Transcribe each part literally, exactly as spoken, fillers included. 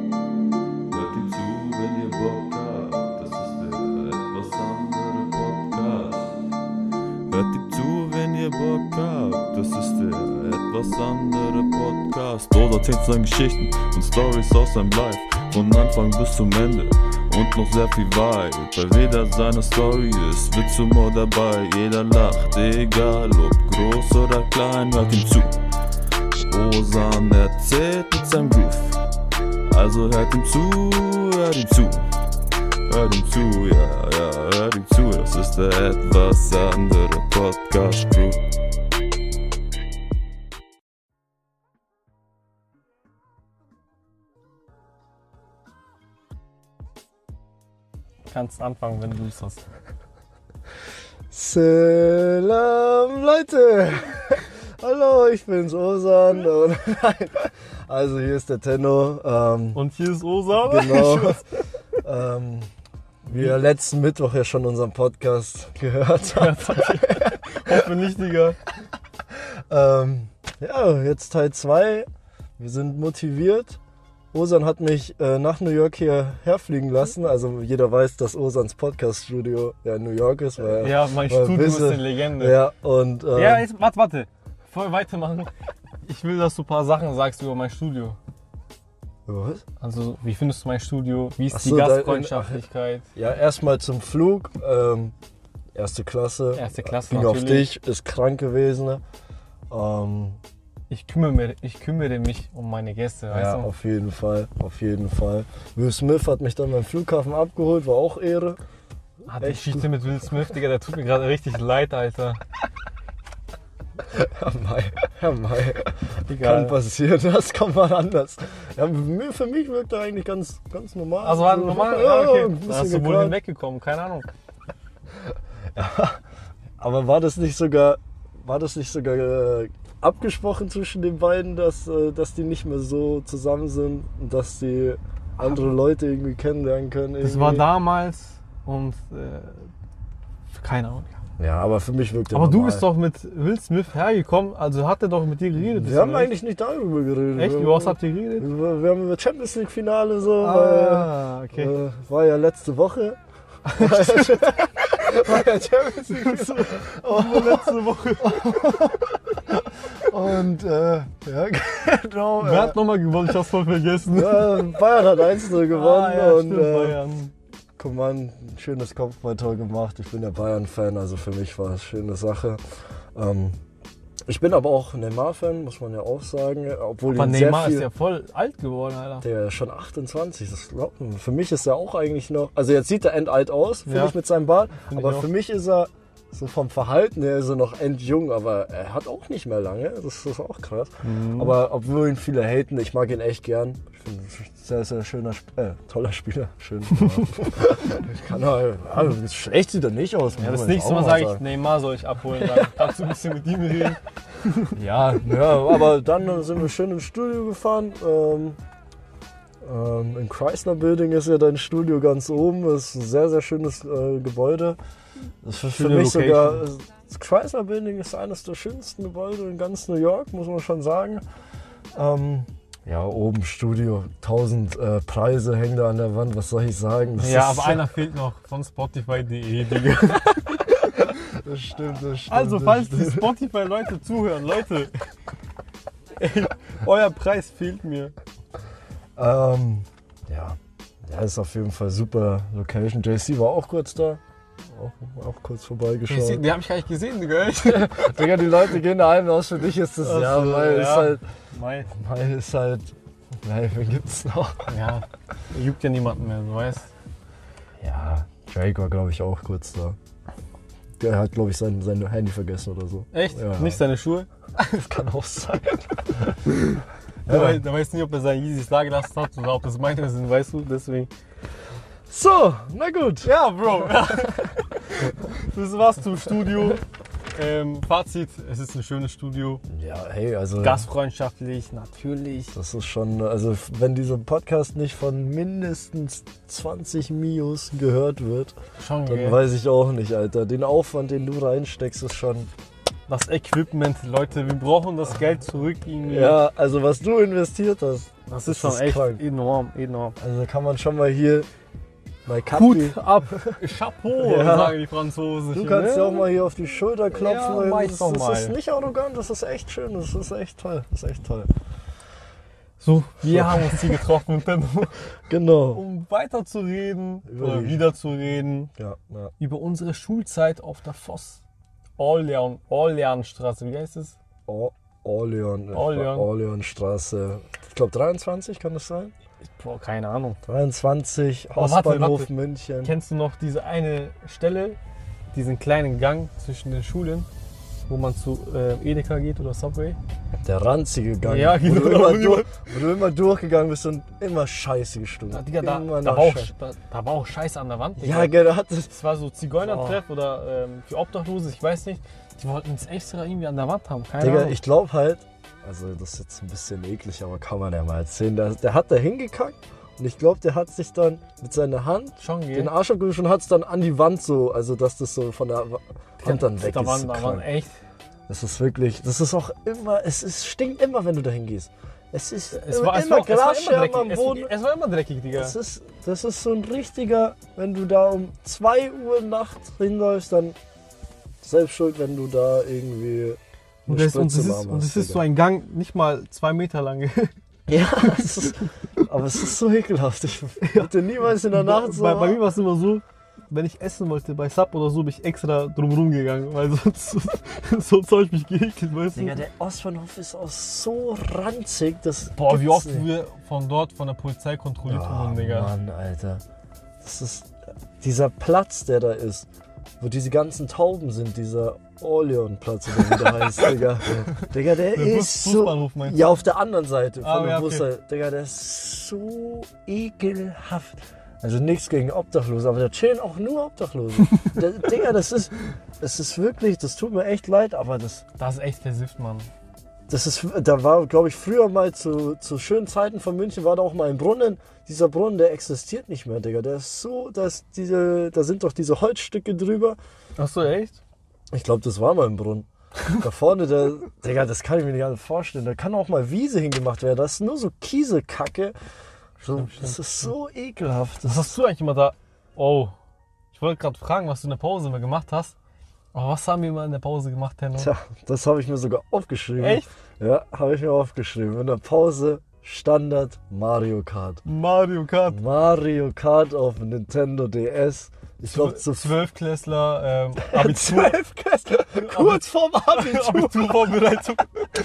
Hört ihm zu, wenn ihr Bock habt. Das ist der etwas andere Podcast. Hört ihm zu, wenn ihr Bock habt. Das ist der etwas andere Podcast. Dort erzählt seine Geschichten und Stories aus seinem Life. Von Anfang bis zum Ende und noch sehr viel weit. Bei jeder seiner Story ist Witz Humor dabei. Jeder lacht, egal ob groß oder klein. Hört ihm zu. Ozan erzählt mit seinem Groove. Also hört ihm zu, hört ihm zu. Hört ihm zu, ja, ja, hört ihm zu. Das ist der etwas andere Podcast-Crew. Kannst anfangen, wenn du es hast. Salam Leute! Hallo, ich bin's Ozan. Und nein, also hier ist der Tenno. Ähm, Und hier ist Ozan. genau. ähm, wie ihr letzten Mittwoch ja schon unseren Podcast gehört habt. Hoffe nicht, Digga. ähm, ja, jetzt Teil zwei. Wir sind motiviert. Ozan hat mich äh, nach New York hierher fliegen lassen. Also jeder weiß, dass Ozans Podcast-Studio ja in New York ist. Weil, Ja, mein weil Studio ist bisschen- eine Legende. Ja, und ähm, Ja, jetzt, warte, warte. Bevor wir weitermachen, ich will, dass du ein paar Sachen sagst über mein Studio. was? Also, wie findest du mein Studio? Wie ist Ach die so, dein- Gastfreundschaftlichkeit? Ja, erstmal zum Flug. Ähm, erste Klasse. Erste Klasse, Ging auf natürlich. dich, ist krank gewesen. Ähm, Ich kümmere, mich, ich kümmere mich um meine Gäste, weißt ja, du? auf jeden Fall, auf jeden Fall. Will Smith hat mich dann beim Flughafen abgeholt, war auch Ehre. Ah, die echt Geschichte mit Will Smith, Digga, der tut mir gerade richtig leid, Alter. Herr Mai, Herr Mai. Egal. Kann passieren, das kommt mal anders. Ja, mir- für mich wirkt er eigentlich ganz, ganz normal. Also war So, normal? ja, Ja, okay. ein Da bisschen hast du wohl gequatscht. hinweggekommen, keine Ahnung. Aber war das nicht sogar, war das nicht sogar äh, abgesprochen zwischen den beiden, dass, äh, dass die nicht mehr so zusammen sind und dass die andere Leute irgendwie kennenlernen können? Das irgendwie? war damals und äh, keine Ahnung. Ja, aber für mich wirkt er Aber du normal. bist doch mit Will Smith hergekommen, also hat er doch mit dir geredet. Wir haben oder eigentlich nicht darüber geredet. Echt? Wir, Über was habt ihr geredet? wir, wir haben über Champions League Finale so, Ah, okay. weil, äh, war ja letzte Woche. war ja Champions League so. letzte Woche. Und äh, ja, genau. Wer hat nochmal gewonnen? Ich hab's voll vergessen. Ja, Bayern hat eins null gewonnen Ah, ja, und stimmt, äh, Bayern. Coman ein schönes Kopfballtor gemacht. Ich bin ja Bayern-Fan, also für mich war es eine schöne Sache. Ähm, ich bin aber auch Neymar-Fan, muss man ja auch sagen. Obwohl Aber ihn sehr Neymar viel, ist ja voll alt geworden, Alter. der ist schon achtundzwanzig, das glaubt man. Für mich ist er auch eigentlich noch, also jetzt sieht er endalt aus, finde Ja. ich, mit seinem Bart. Find ich Aber auch. für mich ist er so vom Verhalten her ist er noch endjung, aber er hat auch nicht mehr lange. Das ist auch krass. Mhm. Aber obwohl ihn viele haten, ich mag ihn echt gern. Ich finde ihn ein sehr, sehr schöner, Sp- äh, toller Spieler. Schön. ich kann er, ja, schlecht sieht er nicht aus. Ja, muss das man nächste jetzt auch Mal sage ich, sagen. Neymar soll ich abholen, dann kannst du ein bisschen mit ihm reden. Ja, ja, aber dann sind wir schön ins Studio gefahren. Ähm, ähm, Im Chrysler Building ist ja dein Studio ganz oben. Das ist ein sehr, sehr schönes äh, Gebäude. Das ist für Schöne mich Location. sogar. Das Chrysler Building ist eines der schönsten Gebäude in ganz New York, muss man schon sagen. Ähm, ja, oben Studio, tausend äh, Preise hängen da an der Wand, was soll ich sagen? Das Ja, ist, aber einer fehlt noch von Spotify punkt de, Digga. Das stimmt, das stimmt. Also, das falls die stimmt. Spotify-Leute zuhören, Leute, ey, euer Preis fehlt mir. Ähm, ja, ja, ist auf jeden Fall super Location. J C war auch kurz da. Auch, auch kurz vorbeigeschaut. Die hab ich gar nicht gesehen, Digga. Digga, die Leute gehen da ein aus, für dich ist das, Ach ja, so, weil ja. ist halt, Mai. weil ist halt, nein, wen gibt's noch? Ja, juckt ja niemanden mehr, du weißt. Ja, Drake war, glaube ich, auch kurz da. Der hat, glaube ich, sein, sein Handy vergessen oder so. Echt? Ja. Nicht seine Schuhe? Das kann auch sein. Der, weiß, der weiß nicht, ob er seine Yeezys da gelassen hat oder ob das meine sind, weißt du, deswegen. So, na gut. Ja, Bro. Das war's zum Studio. Ähm, Fazit, es ist ein schönes Studio. Ja, hey, also Gastfreundschaftlich, natürlich. das ist schon, also wenn dieser Podcast nicht von mindestens zwanzig Mios gehört wird, Schon dann geil. weiß ich auch nicht, Alter. Den Aufwand, den du reinsteckst, ist schon Das Equipment, Leute, wir brauchen das Geld zurück irgendwie. Ja, also was du investiert hast, das ist das schon ist echt krank. enorm, enorm. Also kann man schon mal hier bei Kapi, Hut ab, Chapeau, Ja. sagen die Franzosen. du kannst ja auch mal hier auf die Schulter klopfen. Ja, weil mach ich das, doch das mal. ist nicht arrogant, das ist echt schön, das ist echt toll, das ist echt toll. So, wir haben uns hier getroffen, Nintendo, Genau. um weiterzureden Über oder die- wieder zu reden Ja, ja. über unsere Schulzeit auf der Voss. Orlean, Orleanstraße, wie heißt es? Or Orlean, Orlean. Orleanstraße, ich glaube dreiundzwanzig, kann das sein? Boah, keine Ahnung. dreiundzwanzig, Aber warte, Ostbahnhof warte. München. Kennst du noch diese eine Stelle, diesen kleinen Gang zwischen den Schulen, wo man zu äh, Edeka geht oder Subway? Der ranzige Gang, Ja, wo, du genau, immer wo du- durch, wo du immer durchgegangen bist und immer Scheiße gestunken. Da, Digga, da, Immer da, nach war auch, Scheiße. da, da war auch Scheiße an der Wand. Digga. Ja, genau, hat das. Das war so Zigeunertreff oder ähm, für Obdachlose, ich weiß nicht. Die wollten es extra irgendwie an der Wand haben. Keine Digga, Ahnung. ich glaube halt, also das ist jetzt ein bisschen eklig, aber kann man ja mal erzählen. Der, der hat da hingekackt und ich glaube, der hat sich dann mit seiner Hand Schon den gehen. Arsch abgewischt und hat es dann an die Wand so, also dass das so von der Wa- Hand dann weg da ist. waren, So da waren krank. echt. Das ist wirklich, das ist auch immer, es ist, stinkt immer, wenn du da hingehst. Es ist Es immer, war, es immer war, es war immer Glasscherben am dreckig. Boden. Es, es war immer dreckig, Digga. Das ist, das ist so ein richtiger, wenn du da um zwei Uhr nachts hinläufst, dann selbst schuld, wenn du da irgendwie Und eine das, und das, Spritze ist, warm und das hast, ist so Digga. ein Gang, nicht mal zwei Meter lang. Ja, es ist, aber es ist so ekelhaft. Ich hätte niemals in der Nacht so... bei, bei mir war es immer so, wenn ich essen wollte bei Sub oder so, bin ich extra drumherum gegangen, weil sonst, sonst habe ich mich geekelt, weißt du? Digga, der Ostbahnhof ist auch so ranzig, das Boah, wie gibt's oft nicht. wir von dort von der Polizei kontrolliert Oh, wurden, Digga. Mann, Alter. Das ist dieser Platz, der da ist, wo diese ganzen Tauben sind, dieser Orlean-Platz, oder wie der heißt, Digga. Digga, der, Der Bus- ist so... Busbahnhof meinst du? Ja, auf der anderen Seite von Ah, der ja, okay. Busseite. Digga, der ist so ekelhaft. Also nichts gegen Obdachlose, aber da chillen auch nur Obdachlose. Der, Digga, das ist, das ist wirklich, das tut mir echt leid, aber das, Das ist echt versifft, Mann. das ist, da war, glaube ich, früher mal zu, zu schönen Zeiten von München war da auch mal ein Brunnen. Dieser Brunnen, der existiert nicht mehr, Digga. Der ist so, dass diese, da sind doch diese Holzstücke drüber. Ach so, echt? Ich glaube, das war mal ein Brunnen. Da vorne, der, Digga, das kann ich mir nicht alles vorstellen. Da kann auch mal Wiese hingemacht werden. Das ist nur so Kieselkacke. So, Stimmt, das stimmt, ist so ekelhaft. Was Das hast du eigentlich immer da? Oh, ich wollte gerade fragen, was du in der Pause immer gemacht hast. Aber was haben wir immer in der Pause gemacht, Tenno? Tja, das habe ich mir sogar aufgeschrieben. Echt? Ja, habe ich mir aufgeschrieben. In der Pause Standard Mario Kart. Mario Kart. Mario Kart auf dem Nintendo D S. Ich glaube zu Zwölfklässler, ähm, Abitur. zwölf Klässler, kurz vorm Abitur. Abiturvorbereitung.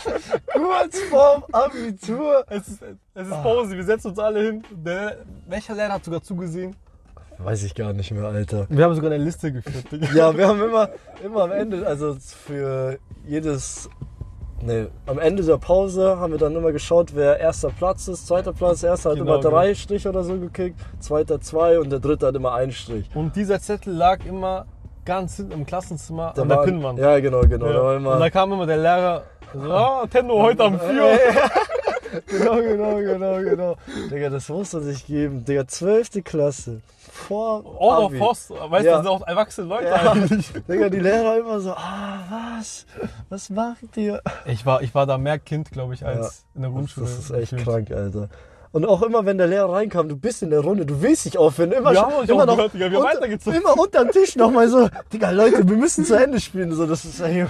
kurz vorm Abitur. Es ist, es ist Pause, wir setzen uns alle hin. Der, welcher Lehrer hat sogar zugesehen? Weiß ich gar nicht mehr, Alter. Wir haben sogar eine Liste geführt, Digga. Ja, wir haben immer, immer am Ende, also für jedes, ne, am Ende der Pause haben wir dann immer geschaut, wer erster Platz ist, zweiter Platz, erster hat Genau, immer drei Strich oder so gekriegt, zweiter zwei und der dritte hat immer einen Strich. Und dieser Zettel lag immer ganz hinten im Klassenzimmer Da an der war- Pinnwand. Ja, genau, genau. Ja. Da war Und immer, da kam immer der Lehrer, so, ah, Tenno, heute am vier. genau, genau, genau, genau. Digga, das muss man sich geben. Digga, zwölfte Klasse. Vor Auch noch Abi. Voss, weißt du, Ja. das sind auch erwachsene Leute Ja. eigentlich. Digga, die Lehrer immer so, ah, was? Was macht ihr? Ich war, ich war da mehr Kind, glaube ich, als in der Grundschule. Das ist echt gefühlt. krank, Alter. Und auch immer, wenn der Lehrer reinkam, du bist in der Runde, du willst dich aufhören. Immer, Wir schon- haben euch immer auch noch gehört, Digga, wir haben unter, weitergezogen. immer unterm Tisch nochmal so, Digga, Leute, wir müssen zu Ende spielen. So, das ist, ey,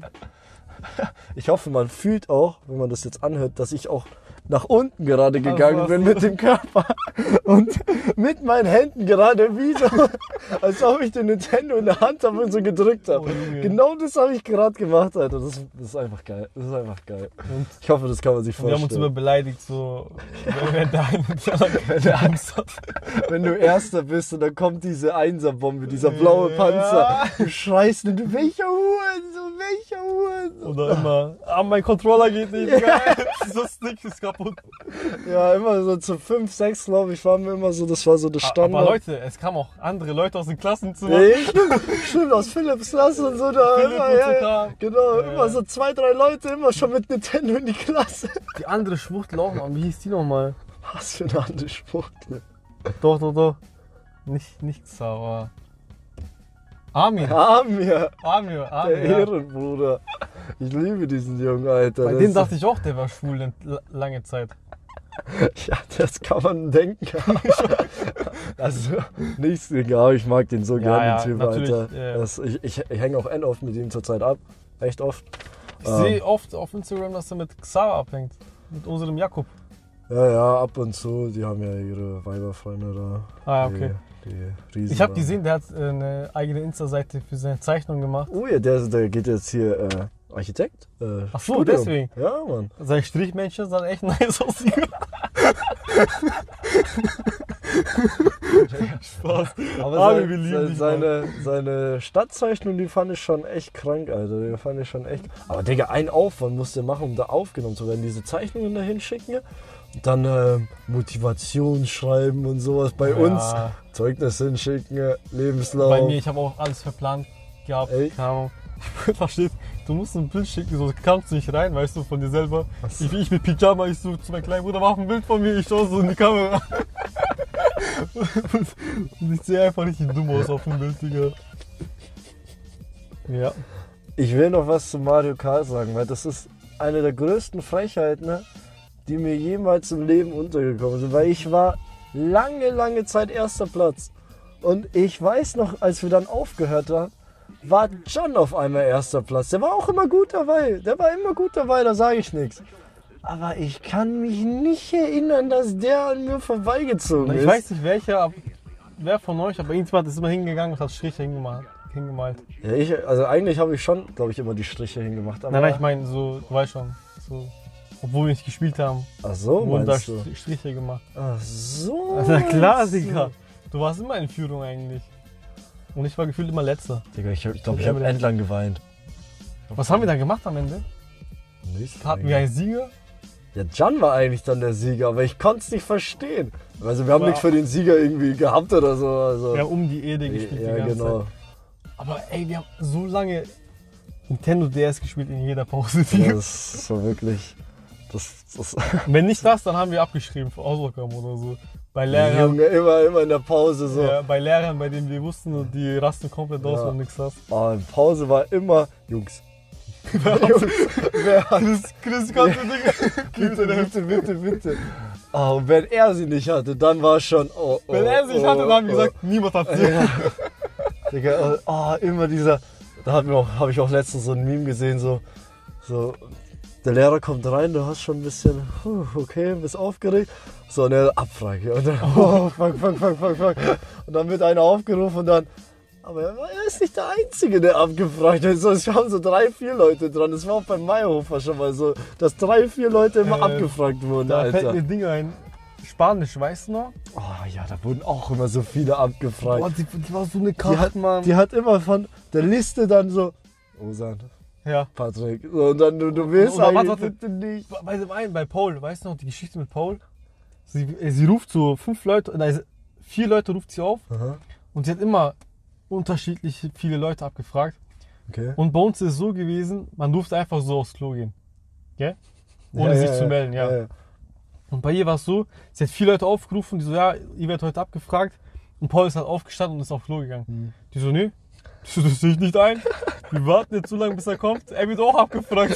ich hoffe, man fühlt auch, wenn man das jetzt anhört, dass ich auch nach unten gerade gegangen was? bin mit dem Körper und mit meinen Händen gerade wie so, als ob ich den Nintendo in der Hand habe und so gedrückt habe. Oh, Junge. Genau das habe ich gerade gemacht, Alter. Das, das ist einfach geil. Das ist einfach geil. Und Ich hoffe, das kann man sich wir haben uns immer vorstellen. beleidigt, so, wenn der eine die andere der Angst hat. Wenn du Erster bist und dann kommt diese Einserbombe, dieser blaue Panzer. Du schreist und du, welcher Hurensohn, welcher Hurensohn. Oder immer, ah, mein Controller geht nicht, Digga. So Stick ist kaputt. Ja, immer so zu fünf, sechs, glaube ich, waren wir immer so, das war so das Standard. Aber Leute, es kamen auch andere Leute aus den Klassenzimmer. Nee, stimmt, stimmt, aus Philips Klasse und so da. Philipp immer, und so ja, ja, Kram. genau, Ja, immer ja. so zwei, drei Leute, immer schon mit Nintendo in die Klasse. Die andere Schwuchtel auch, Mann. Wie hieß die nochmal? Was für eine andere ne? Spuchtel. Doch, doch, doch. Nicht, nichts, aber. Armin. Amir, Amir, der Amir. Ja. Ehrenbruder. Ich liebe diesen Jungen, Alter. Bei Das dem ist- dachte ich auch, der war schwul in l- lange Zeit. Ja, das kann man denken. Also, nichts egal, ich mag den so Ja, gerne, ja, den Typ, natürlich, Alter. äh, Das, ich ich, ich hänge auch end oft mit ihm zurzeit ab. Echt oft. Ich Ähm. sehe oft auf Instagram, dass er mit Xaver abhängt. Mit unserem Jakob. Ja, ja, ab und zu. Die haben ja ihre Weiberfreunde da. Ah, okay. Die, die Riesen Ich habe da. gesehen, der hat äh, eine eigene Insta-Seite für seine Zeichnung gemacht. Oh ja, der, der geht jetzt hier äh, Architekt. Äh, Ach so, Studium. deswegen. Ja, Mann. Sein Strichmännchen sah echt nice aus. Spaß. Aber Armin, sein, wir lieben sein, dich, seine, seine Stadtzeichnung, die fand ich schon echt krank, Alter. Die fand ich schon echt. Aber Digga, einen Aufwand musst du machen, um da aufgenommen zu werden. Diese Zeichnungen dahin schicken. Und dann äh, Motivation schreiben und sowas bei Ja. uns. Zeugnis hinschicken, Lebenslauf. Bei mir, ich habe auch alles verplant gehabt. Ey. Keine Ahnung. Versteht? Du musst ein Bild schicken, so kannst du nicht rein, weißt du, von dir selber. so. Ich, ich mit Pyjama, ich so zu meinem kleinen Bruder, mach ein Bild von mir, ich schaue so in die Kamera. und, und ich sehe einfach richtig dumm aus auf dem Bild, Digga. Ja. Ich will noch was zu Mario Kart sagen, weil das ist eine der größten Frechheiten, ne, die mir jemals im Leben untergekommen sind. Weil ich war lange, lange Zeit erster Platz. Und ich weiß noch, als wir dann aufgehört haben, war John auf einmal erster Platz. Der war auch immer gut dabei. Der war immer gut dabei, da sage ich nichts. Aber ich kann mich nicht erinnern, dass der an mir vorbeigezogen Ich ist. weiß nicht welcher, ab- wer von euch, aber irgendjemand ist immer hingegangen und hat Striche hingemalt. hingemalt. Ja, ich, also eigentlich habe ich schon, glaube ich, immer die Striche hingemacht. Aber Nein, nein, ich meine, so, du weißt schon, so, obwohl wir nicht gespielt haben, Ach so, wurden da meinst du? Str- Striche gemacht. Ach so. Also, na klar, meinst du? Digga. Du warst immer in Führung eigentlich. Und ich war gefühlt immer Letzter. Digga, ich glaube, ich, glaub, ich habe entlang geweint. Was haben wir dann gemacht am Ende? Nicht Hatten wir einen Sieger? Ja, Can war eigentlich dann der Sieger, aber ich konnte es nicht verstehen. Also wir haben Ja. nichts für den Sieger irgendwie gehabt oder so. Also. Wir haben um die Ede gespielt ja, die ganze genau. Zeit. Aber ey, wir haben so lange Nintendo D S gespielt in jeder Pause. Ja, das war wirklich. Das, das Wenn nicht das, dann haben wir abgeschrieben für Hausaufgaben oder so. Bei Lehrern, Junge, immer, immer in der Pause so. ja, bei Lehrern, bei denen wir wussten und die rasten komplett aus Ja. und nichts hast. Oh, in Pause war immer, Jungs. Jungs, wer hat Chris, Chris konnte Digga. bitte, bitte, bitte, bitte. Oh, und wenn er sie nicht hatte, dann war es schon. Oh, oh, Wenn er sich oh, hatte, dann haben wir oh. gesagt, niemand hat sie. Ja. Digga, oh, immer dieser. Da habe ich, auch- hab ich auch letztens so ein Meme gesehen, so, so. Der Lehrer kommt rein, du hast schon ein bisschen, huh, okay, bist aufgeregt. So, eine Abfrage. Und dann, oh, fuck, fuck, fuck, fuck, fuck. Und dann wird einer aufgerufen und dann. Aber er ist nicht der Einzige, der abgefragt hat. So, es waren so drei, vier Leute dran. Das war auch beim Meyerhofer schon mal so, dass drei, vier Leute immer Äh, abgefragt wurden, Da fällt Alter. mir Dinge ein. Spanisch, weißt du noch? Oh ja, da wurden auch immer so viele abgefragt. Boah, die, die war so eine Die hat, Karte, Mann. die hat immer von der Liste dann so, Osan, Ja. Patrick. So, und dann, du, du willst Oder eigentlich warte, warte. bitte nicht. Bei dem einen, bei Paul, weißt du noch die Geschichte mit Paul? Sie, äh, sie ruft so fünf Leute, nein, vier Leute ruft sie auf Aha, und sie hat immer unterschiedlich viele Leute abgefragt. okay. Und bei uns ist es so gewesen, man durfte einfach so aufs Klo gehen. Gell? Ohne Ja, sich ja, zu ja. melden, ja. Ja, ja. Und bei ihr war es so, sie hat vier Leute aufgerufen, die so, ja, ihr werdet heute abgefragt. Und Paul ist halt aufgestanden und ist aufs Klo gegangen. Mhm. Die so, nee, das, das sehe ich nicht ein. Wir warten jetzt so lange, bis er kommt. Er wird auch abgefragt.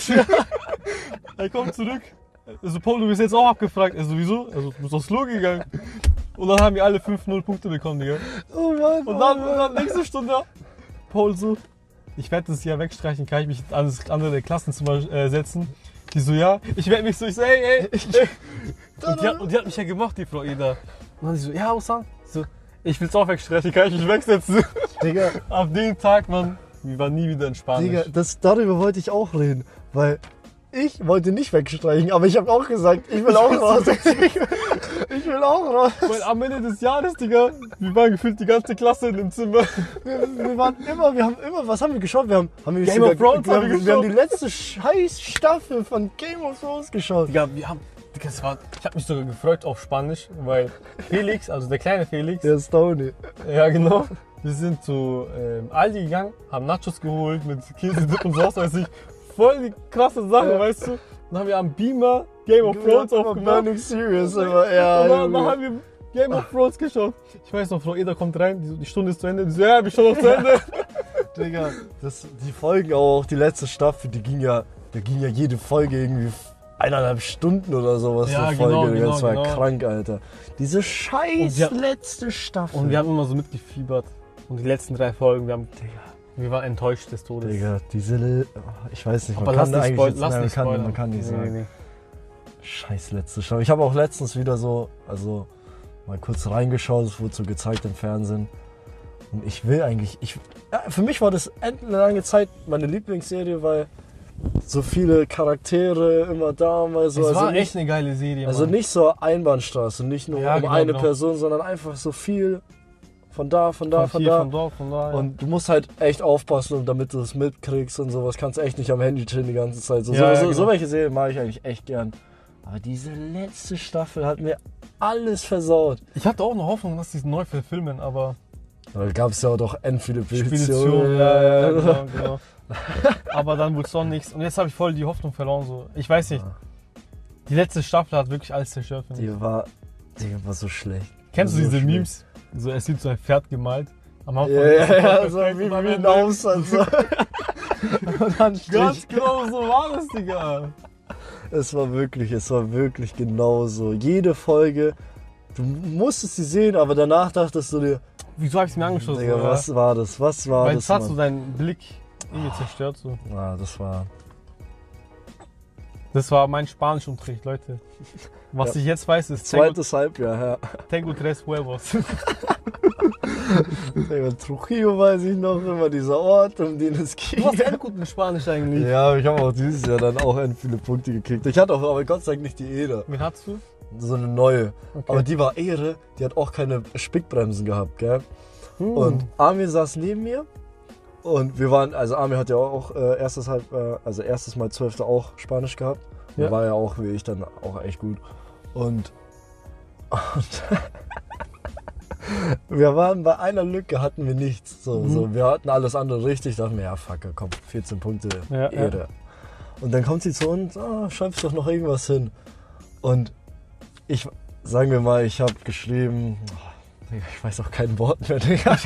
Er kommt zurück. Also, Paul, du bist jetzt auch abgefragt. Er so, wieso? Also, du bist aufs Klo gegangen. Und dann haben wir alle fünf null Punkte bekommen, Digga. Oh Mann, Und oh dann, Mann. und dann nächste Stunde, Paul so, ich werde das hier wegstreichen, kann ich mich an das andere Klassenzimmer äh, setzen? Die so, ja. Ich werde mich so, ich so, hey, hey. hey. Und, die hat, und die hat mich ja gemacht, die Frau Eda. Und dann sie so, ja, Osan. Ich so, ich will's auch wegstreichen, kann ich mich wegsetzen? Digga, Ab dem Tag, Mann, wir waren nie wieder in Spanisch. Digga, das, darüber wollte ich auch reden, weil ich wollte nicht wegstreichen, aber ich habe auch gesagt, ich will auch raus. Ich will auch raus. Weil am Ende des Jahres, Digga, wir waren gefühlt die ganze Klasse in dem Zimmer. Wir, wir waren immer, wir haben immer, was haben wir geschaut? Wir haben, haben wir Game sogar- of Thrones wir haben haben, wir wir haben geschaut. die letzte scheiß Staffel von Game of Thrones geschaut. Digga, wir haben, Digga, das war, ich habe mich sogar gefreut auf Spanisch, weil Felix, also der kleine Felix, Der Stony. ja genau, wir sind zu ähm, Aldi gegangen, haben Nachos geholt mit Käse, Dip und Sauce, weiß ich, voll die krasse Sache, Ja. weißt du. Dann haben wir am Beamer Game of Thrones aufgemacht. Burning Serious, aber ja. Und dann, dann Junge. haben wir Game of Thrones geschaut. Ich weiß noch, Frau Eder kommt rein, die, so, die Stunde ist zu Ende. Die so, ja, wir schauen noch zu Ende. Digga, das, die Folgen auch, die letzte Staffel, die ging ja, da ging ja jede Folge irgendwie eineinhalb Stunden oder sowas. Ja, eine genau, Folge, genau, das war genau. krank, Alter. Diese scheiß Und wir- letzte Staffel. Und wir haben immer so mitgefiebert. Und die letzten drei Folgen, wir haben, wir waren enttäuscht des Todes. Digga, diese, Le- ich weiß nicht, man Aber kann lass nicht eigentlich spoil- jetzt, lass nein, man nicht kann, spoilern. man kann nicht Nee, sagen. nee, nee. Scheiß letzte Staffel. Ich habe auch letztens wieder so, also mal kurz reingeschaut, es wurde so gezeigt im Fernsehen. Und ich will eigentlich, ich, ja, für mich war das eine lange Zeit meine Lieblingsserie, weil so viele Charaktere immer da, mal so. Es also war nicht, echt eine geile Serie, Also Mann. nicht so Einbahnstraße, nicht nur Ja, um genau, eine genau. Person, sondern einfach so viel von da, von da, von, von hier, da. von dort, von da. Ja. Und du musst halt echt aufpassen, und damit du es mitkriegst und sowas. Kannst echt nicht am Handy chillen die ganze Zeit. So, Ja, so, ja, so, genau. so welche Serien mag ich eigentlich echt gern. Aber diese letzte Staffel hat mir alles versaut. Ich hatte auch eine Hoffnung, dass sie es neu verfilmen, aber Da gab es ja auch doch end viele Spedition, Petitionen. ja, ja, ja, genau, genau. Aber dann wurde es doch nichts. Und jetzt habe ich voll die Hoffnung verloren. So. Ich weiß nicht, die letzte Staffel hat wirklich alles zerstört. finde ich. Die war, die war so schlecht. Kennst du so diese schlecht. Memes? So, es sieht so ein Pferd gemalt. Am Anfang Ja, ist es ja, voll ja, so perfekt wie, und wie am ein Ende- Aufsatz. So. Und dann Strich. Ganz genau so war das, Digga. Es war wirklich, es war wirklich genauso. Jede Folge, du musstest sie sehen, aber danach dachtest du dir, Wieso habe ich es mir angeschaut? Digga, so, was war das? Was war Weil das? es hat so Mann? deinen Blick irgendwie zerstört. So. Ah, das war. Das war mein Spanischunterricht, Leute. Was Ja. ich jetzt weiß, ist Tengo, Zweites Halbjahr, ja. Tengo Tres Huevos. Digga, Trujillo weiß ich noch, immer dieser Ort, um den es ging. Du warst echt gut in Spanisch eigentlich. Ja, ich habe auch dieses Jahr dann auch end viele Punkte gekriegt. Ich hatte auch aber Gott sei Dank nicht die Ede, Wen hattest du? so eine neue. Okay. Aber die war Ehre, die hat auch keine Spickbremsen gehabt, gell? Hm. Und Amir saß neben mir und wir waren, also Amir hat ja auch äh, erstes halb, äh, also erstes Mal zwölfte auch Spanisch gehabt. Ja. War ja auch wie ich dann auch echt gut. Und, und wir waren bei einer Lücke, hatten wir nichts. So, Mhm. so, wir hatten alles andere richtig. Dachten wir, ja fuck, komm, vierzehn Punkte, Ja, Ehre. ja. Und dann kommt sie zu uns, ah, schreibst doch noch irgendwas hin. Und ich, sagen wir mal, ich habe geschrieben, oh, Digga, ich weiß auch kein Wort mehr, Digga.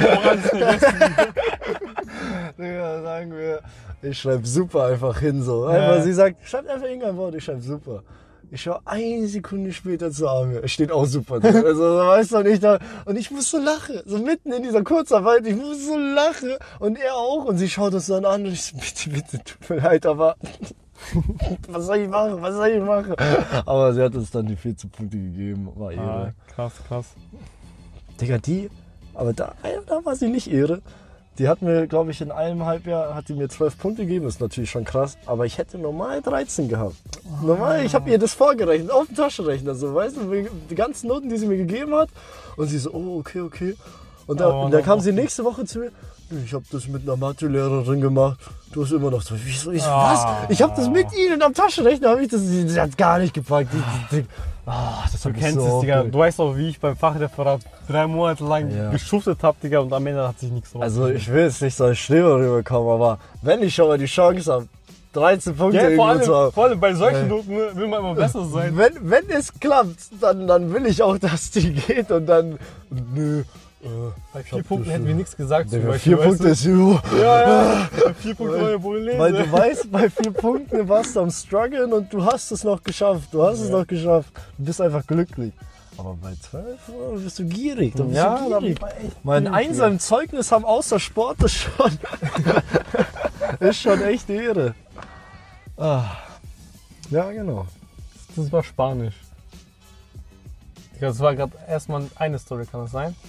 Digga, sagen wir, ich schreibe super einfach hin so. Einfach, Ja. sie sagt, schreib einfach irgendein Wort, ich schreibe super. Ich schaue eine Sekunde später zu Amir, es steht auch super drin. Also, weißt du, und ich da, und ich muss so lachen, so mitten in dieser Kurzarbeit, ich muss so lachen und er auch. Und sie schaut uns dann an und ich so, bitte, bitte, tut mir leid, aber was soll ich machen, was soll ich machen? Aber sie hat uns dann die vierzehn Punkte gegeben, war Ehre. Ah, krass, krass. Digga, die, aber da, da war sie nicht Ehre. Die hat mir, glaube ich, in einem Halbjahr hat die mir zwölf Punkte gegeben. Das ist natürlich schon krass. Aber ich hätte normal dreizehn gehabt. Normal, ich habe ihr das vorgerechnet, auf dem Taschenrechner. So, weißt du, die ganzen Noten, die sie mir gegeben hat. Und sie so, oh, okay, okay. Und, da, Oh, und dann no, kam sie okay. nächste Woche zu mir. Ich habe das mit einer Mathelehrerin gemacht. Du hast immer noch so, wieso? Ich, Ah. was? Ich habe das mit ihnen am Taschenrechner, habe ich das, sie, sie hat gar nicht gepackt. Die, die, die, ah, das Du hat mich kennst so es, Digga. aufgeregt. Du weißt auch, wie ich beim Fachreferat drei Monate lang Ja. geschuftet habe, Digga, und am Ende hat sich nichts raus. Also ich will jetzt nicht so als Schlimmer rüberkommen, aber wenn ich schon mal die Chance habe, dreizehn Punkte ja, vor, irgendwo allem, zu haben, vor allem bei solchen Äh. Noten will man immer besser sein. wenn, wenn es klappt, dann, dann will ich auch, dass die geht und dann, nö. Äh, Bei ich vier hab Punkten das, hätten äh, wir nichts gesagt. zum Digga, Beispiel, vier weißt Punkte ist ju. du? Ja, ja. Bei vier Punkten war ja Bolognese. Weil du weißt, bei vier Punkten warst du am struggeln und du hast es noch geschafft. Du hast es Ja. noch geschafft. Du bist einfach glücklich. Aber bei zwölf oh, bist du gierig. Da bist Ja, du da gierig. war echt Mein gierig, Einser im Zeugnis haben außer Sport ist schon, ist schon echt Ehre. Ah. Ja, genau. Das war Spanisch. Digga, das war gerade erstmal eine Story, kann das sein?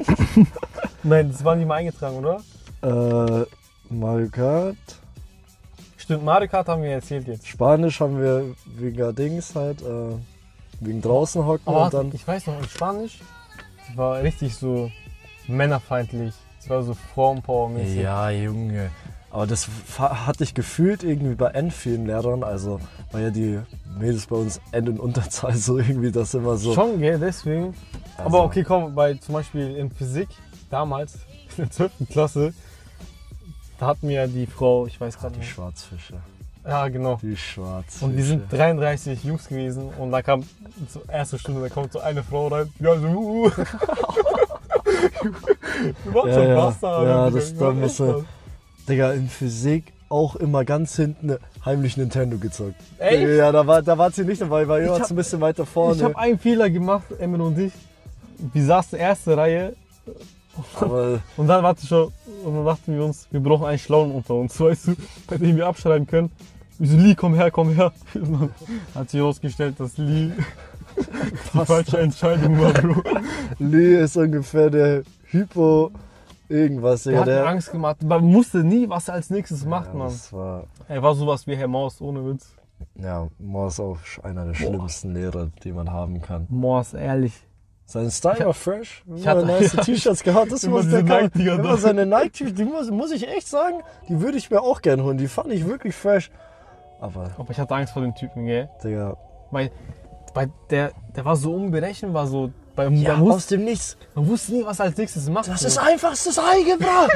Nein, das war nicht mal eingetragen, oder? Äh, Mario Kart. Stimmt, Mario Kart haben wir erzählt jetzt. Spanisch haben wir wegen Dings halt, äh, wegen draußen hocken Aber und dann. ich weiß noch, in Spanisch das war richtig so männerfeindlich. Es war so Frauenpower-mäßig. Ja, Junge. Aber das fa- hatte ich gefühlt irgendwie bei N vielen Lehrern, also weil ja die Mädels bei uns N in Unterzahl so irgendwie das immer so. Schon, gell, deswegen. Also, Aber okay, komm, bei zum Beispiel in Physik, damals, in der zwölften Klasse, da hatten wir die Frau, ich weiß gerade Die nicht. Schwarzfische. Ja, genau. Die Schwarzfische. Und wir sind dreiunddreißig Jungs gewesen und da kam zur ersten Stunde, da kommt so eine Frau rein. Ja, so, uh. Du machst Ja, schon ja. Bastard. Ja, Digga. das- Du da machst muss echt er- was. Digga, in Physik auch immer ganz hinten heimlich Nintendo gezockt. Echt? Ja, da war, da war sie nicht dabei, weil Ich ihr hab- wart ein bisschen weiter vorne. Ich habe einen Fehler gemacht, Emil und ich. Wir saßen erste Reihe aber und dann warte schon und dann dachten wir uns, wir brauchen einen Schlauen unter uns, weißt du, bei dem wir abschreiben können. Wir so, Lee, komm her, komm her. Und dann hat sich herausgestellt, dass Lee die falsche Entscheidung war, Bro. Lee ist ungefähr der Hypo irgendwas, Der Digga. hat mir Angst gemacht. Man wusste nie, was er als nächstes macht, ja, Mann. das war, Er war sowas wie Herr Maus, ohne Witz. ja, Moore ist auch einer der schlimmsten Lehrer, die man haben kann. Maus, ehrlich. Sein Style war fresh. Ich Immer hatte- nice T-Shirts gehabt. Das Immer muss diese der kann. Nike-Dinger Immer da. seine Nike-T-Shirts, die muss, muss ich echt sagen, die würde ich mir auch gerne holen. Die fand ich wirklich fresh. Aber, Aber ich hatte Angst vor dem Typen, gell? Digga. Weil, weil der, der war so unberechenbar, so. Bei, Ja, man, aus wusste, dem Nichts. man wusste nie, was er als nächstes macht. Das so. ist einfachstes Algebra.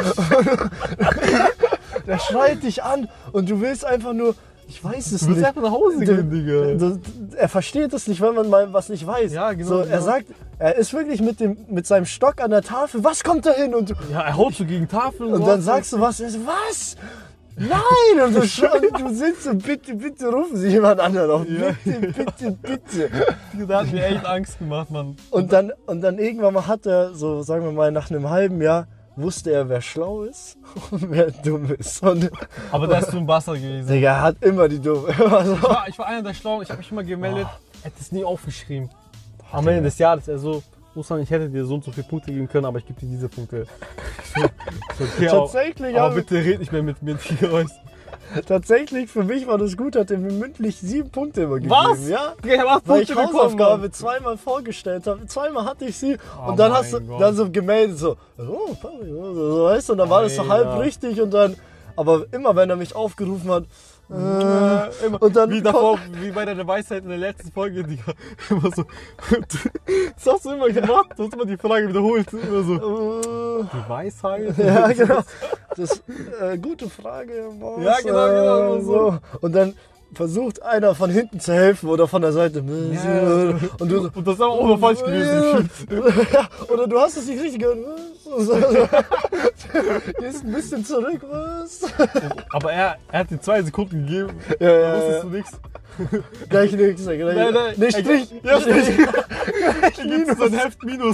Der schreit dich an und du willst einfach nur, ich weiß es Du willst nicht. einfach nach Hause gehen, Digga. Das- Er versteht es nicht, wenn man mal was nicht weiß. Ja, genau, So, er genau. sagt, er ist wirklich mit, dem, mit seinem Stock an der Tafel, was kommt da hin? Und, du, Ja, er haut so gegen Tafeln. und so. dann sagst du was, er so, was? Nein! Und du, sch- und du sitzt so, bitte, bitte rufen Sie jemand anderen auf. Ja. Bitte, bitte, bitte. Der hat mir echt Angst gemacht, Mann. Und dann, und dann irgendwann mal hat er, so sagen wir mal nach einem halben Jahr, wusste er, wer schlau ist und wer dumm ist. Und Aber der ist so ein Bastard gewesen. Digga, er hat immer die Dumme. Immer so. Ich war, ich war einer der Schlauen, ich habe mich immer gemeldet, hätte es nie aufgeschrieben. Am Ende des Jahres, er so, Ostern, ich hätte dir so und so viele Punkte geben können, aber ich gebe dir diese Punkte. Ich so, so, okay, aber, Tatsächlich, aber aber bitte red nicht mehr mit mir, Digga, weißt du. tatsächlich, für mich war das gut, hat er mir mündlich sieben Punkte immer gegeben. Was? Ja? Digga, ich hab acht Weil ich Punkte bekommen, Hausaufgabe Mann. zweimal vorgestellt habe. Zweimal hatte ich sie Oh und dann hast du mein Gott. dann so gemeldet, so, oh, Papi, so, so, weißt du, und dann war das so Alter. halb richtig und dann, aber immer wenn er mich aufgerufen hat, äh, Äh, immer, und dann wie davor, wie bei der Weisheit in der letzten Folge, Digga. Immer so. Das hast du immer gemacht, du hast immer die Frage wiederholt. Immer so. äh, Die Weisheit? ja, genau. Das äh, gute Frage, Boss. Ja, genau, genau, äh, so. so. Und dann versucht einer von hinten zu helfen oder von der Seite. Ja. Und du so, Und das ist aber auch noch falsch gewesen. ja, oder du hast es nicht richtig gehört. Was? So, so. Gehst ein bisschen zurück, was? Aber er, er hat dir zwei Sekunden gegeben, Ja, da ja, wusstest ja. du nichts. Gleich nichts. Gleich Nein, nein. Nicht er- Strich. Ja, Strich. Strich. Minus. Ein Heft Minus.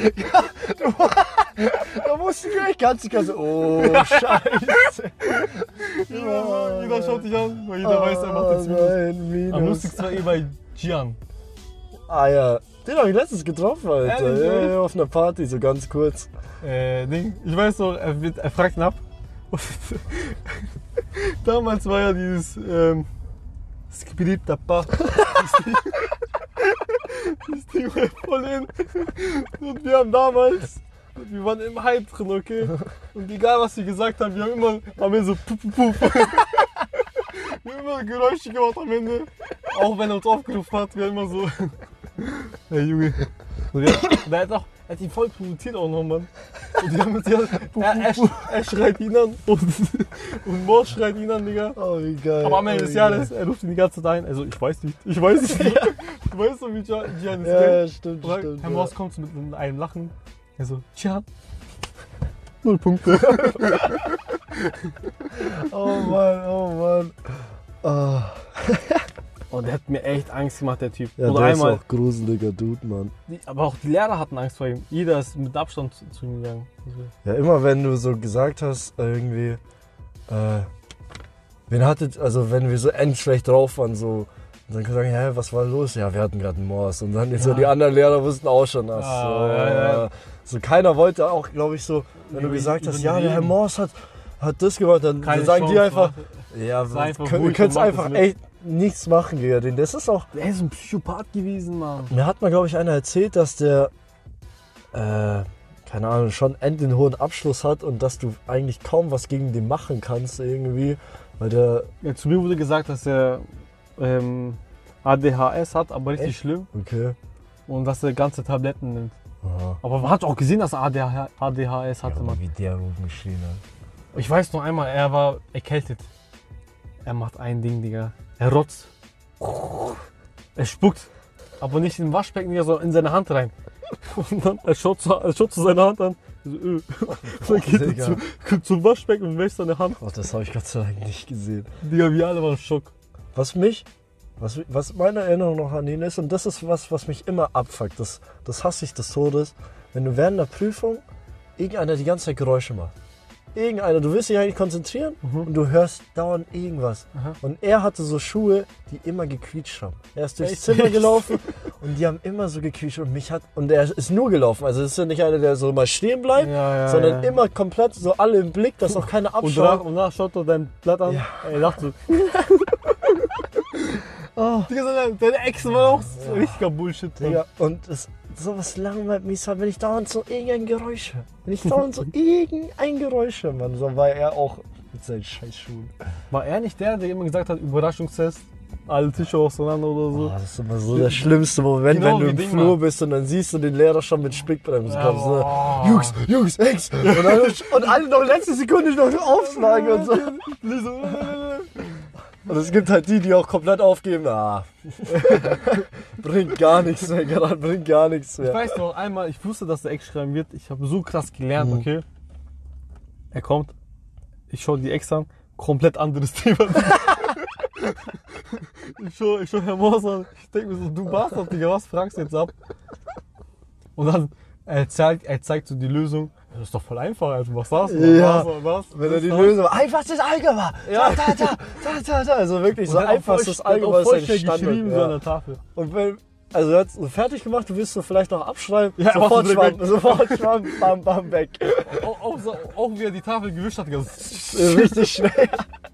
Da musst du gleich ganz, ganz. Oh, Scheiße. Jeder, jeder schaut dich an, weil jeder weiß, er macht jetzt Oh, Minus. nein, Minus. Am lustigsten war eh bei Gian. Ah ja, den habe ich letztens getroffen, Alter. Ehrlich, Ja, echt? ja, auf einer Party, so ganz kurz. Äh, Ding. Ich weiß noch, er, wird, er fragt ihn ab. Und damals war ja dieses ähm, Skibidi Tappa. Das Ding- das Ding war voll in. Und wir haben damals, wir waren im Hype drin, okay? Und egal was wir gesagt haben, wir haben immer am Ende so pup, pup, pup. Wir haben immer Geräusche gemacht am Ende. Auch wenn er uns aufgerufen hat, wir haben immer so. Hey Junge. Und der, der hat auch, er hat ihn voll provoziert auch noch, Mann. Und die haben uns ja, er, er, sch- er schreit ihn an und, und Mors schreit ihn an, Digga. Oh, wie geil. Aber am Ende oh, des wie Jahres, geil. er ruft ihn die ganze Zeit ein. Also ich weiß nicht, ich weiß nicht. Du weißt doch, wie Gian Gian ist. Ja, gell? ja, stimmt, Oder stimmt. Herr ja. Mors kommt so mit einem Lachen. Er so, Gian. Null Punkte. Oh Mann, oh Mann. Oh. Und der hat mir echt Angst gemacht, der Typ. Ja, Oder der einmal, ist auch gruseliger Dude, Mann. die, aber auch die Lehrer hatten Angst vor ihm. Jeder ist mit Abstand zu, zu ihm gegangen. Also, Ja, immer wenn du so gesagt hast, irgendwie, äh, wen hattet, also wenn wir so endschlecht drauf waren, so, und dann sagen, hä, was war los? Ja, wir hatten gerade einen Mors. Und dann so Ja. die anderen Lehrer wussten auch schon, ach so. Ah, ja, ja. So keiner wollte auch, glaube ich, so, wenn du Über- gesagt über hast, den ja, der Herr reden. Mors hat, hat das gemacht, dann keine sagen die Chance, einfach, warte. ja, Sei einfach könnt, ihr ruhig könnt und mach einfach das mit. echt nichts machen gegen den. Das ist auch, Der ist ein Psychopath gewesen, Mann. mir hat mal, glaube ich, einer erzählt, dass der, äh, keine Ahnung, schon end den hohen Abschluss hat und dass du eigentlich kaum was gegen den machen kannst irgendwie, weil der, Ja, zu mir wurde gesagt, dass er ähm, A D H S hat, aber richtig Echt? schlimm. okay, Und dass er ganze Tabletten nimmt. aha. Aber man hat auch gesehen, dass er A D H S hatte, Ja, Mann. wie der rumgeschrien hat. Ich weiß noch einmal, er war erkältet. Er macht ein Ding, Digga. Er rotzt. Er spuckt. Aber nicht in den Waschbecken, Digga, sondern in seine Hand rein. Und dann, er schaut zu, er schaut zu seiner Hand an. So, öh. Dann geht er zu, zum Waschbecken und wäscht seine Hand. Oh, das habe ich Gott sei Dank nicht gesehen. Digga, wir alle waren im Schock. Was mich, was, was meine Erinnerung noch an ihn ist, und das ist was, was mich immer abfuckt, das, das hasse ich des Todes, wenn du während der Prüfung irgendeiner die ganze Zeit Geräusche macht. Irgendeiner, du willst dich eigentlich konzentrieren mhm. und du hörst dauernd irgendwas. Aha. Und er hatte so Schuhe, die immer gequietscht haben. Er ist durchs Echt? Zimmer gelaufen und die haben immer so gequietscht und mich hat, und er ist nur gelaufen. Also es ist ja nicht einer, der so mal stehen bleibt, ja, ja, sondern ja. immer komplett so alle im Blick, dass auch keiner abschaut. Und danach schaut er dein Blatt an, ja. er lacht so. Oh. Deine Ex war auch so ja. richtiger Bullshit. Digga, und es, sowas langweilt mich halt, wenn ich dauernd so irgendein Geräusch höre. Wenn ich dauernd so irgendein Geräusch höre, Mann. So war er auch mit seinen Scheißschuhen. War er nicht der, der immer gesagt hat, Überraschungstest, alle Tische auseinander oder so? Oh, das ist immer so der schlimmste Moment, genau, wenn du im Ding Flur bist und dann siehst du den Lehrer schon mit Spickbremsen ja, kommen. So, oh. Jungs, Jungs, Ex! Und, dann, und alle noch letzte Sekunde noch aufschlagen und so. Und es gibt halt die, die auch komplett aufgeben. Ah, bringt gar nichts mehr, gerade bringt gar nichts mehr. Ich weiß noch einmal, ich wusste, dass der Ex schreiben wird. Ich habe so krass gelernt, mhm. okay? Er kommt, ich schaue die Ex an, komplett anderes Thema. ich schaue ich schau Herr Moos an, ich denke mir so, du Bastard, Digga, was fragst du jetzt ab? Und dann, er zeigt, er zeigt so die Lösung. Das ist doch voll einfach, also was sagst du? Ja, was, was, wenn er die Lösung, einfachstes Allgemein, ja. da, da, da, da, da, also wirklich so einfachstes Allgemein ist ein Standard. Geschrieben ja. so an der Tafel. Und wenn, also er hat so fertig gemacht, du willst so vielleicht noch abschreiben, ja, sofort schwamm, sofort schwamm, bam, bam, weg. Auch, auch, so, auch wie er die Tafel gewischt hat, richtig schnell.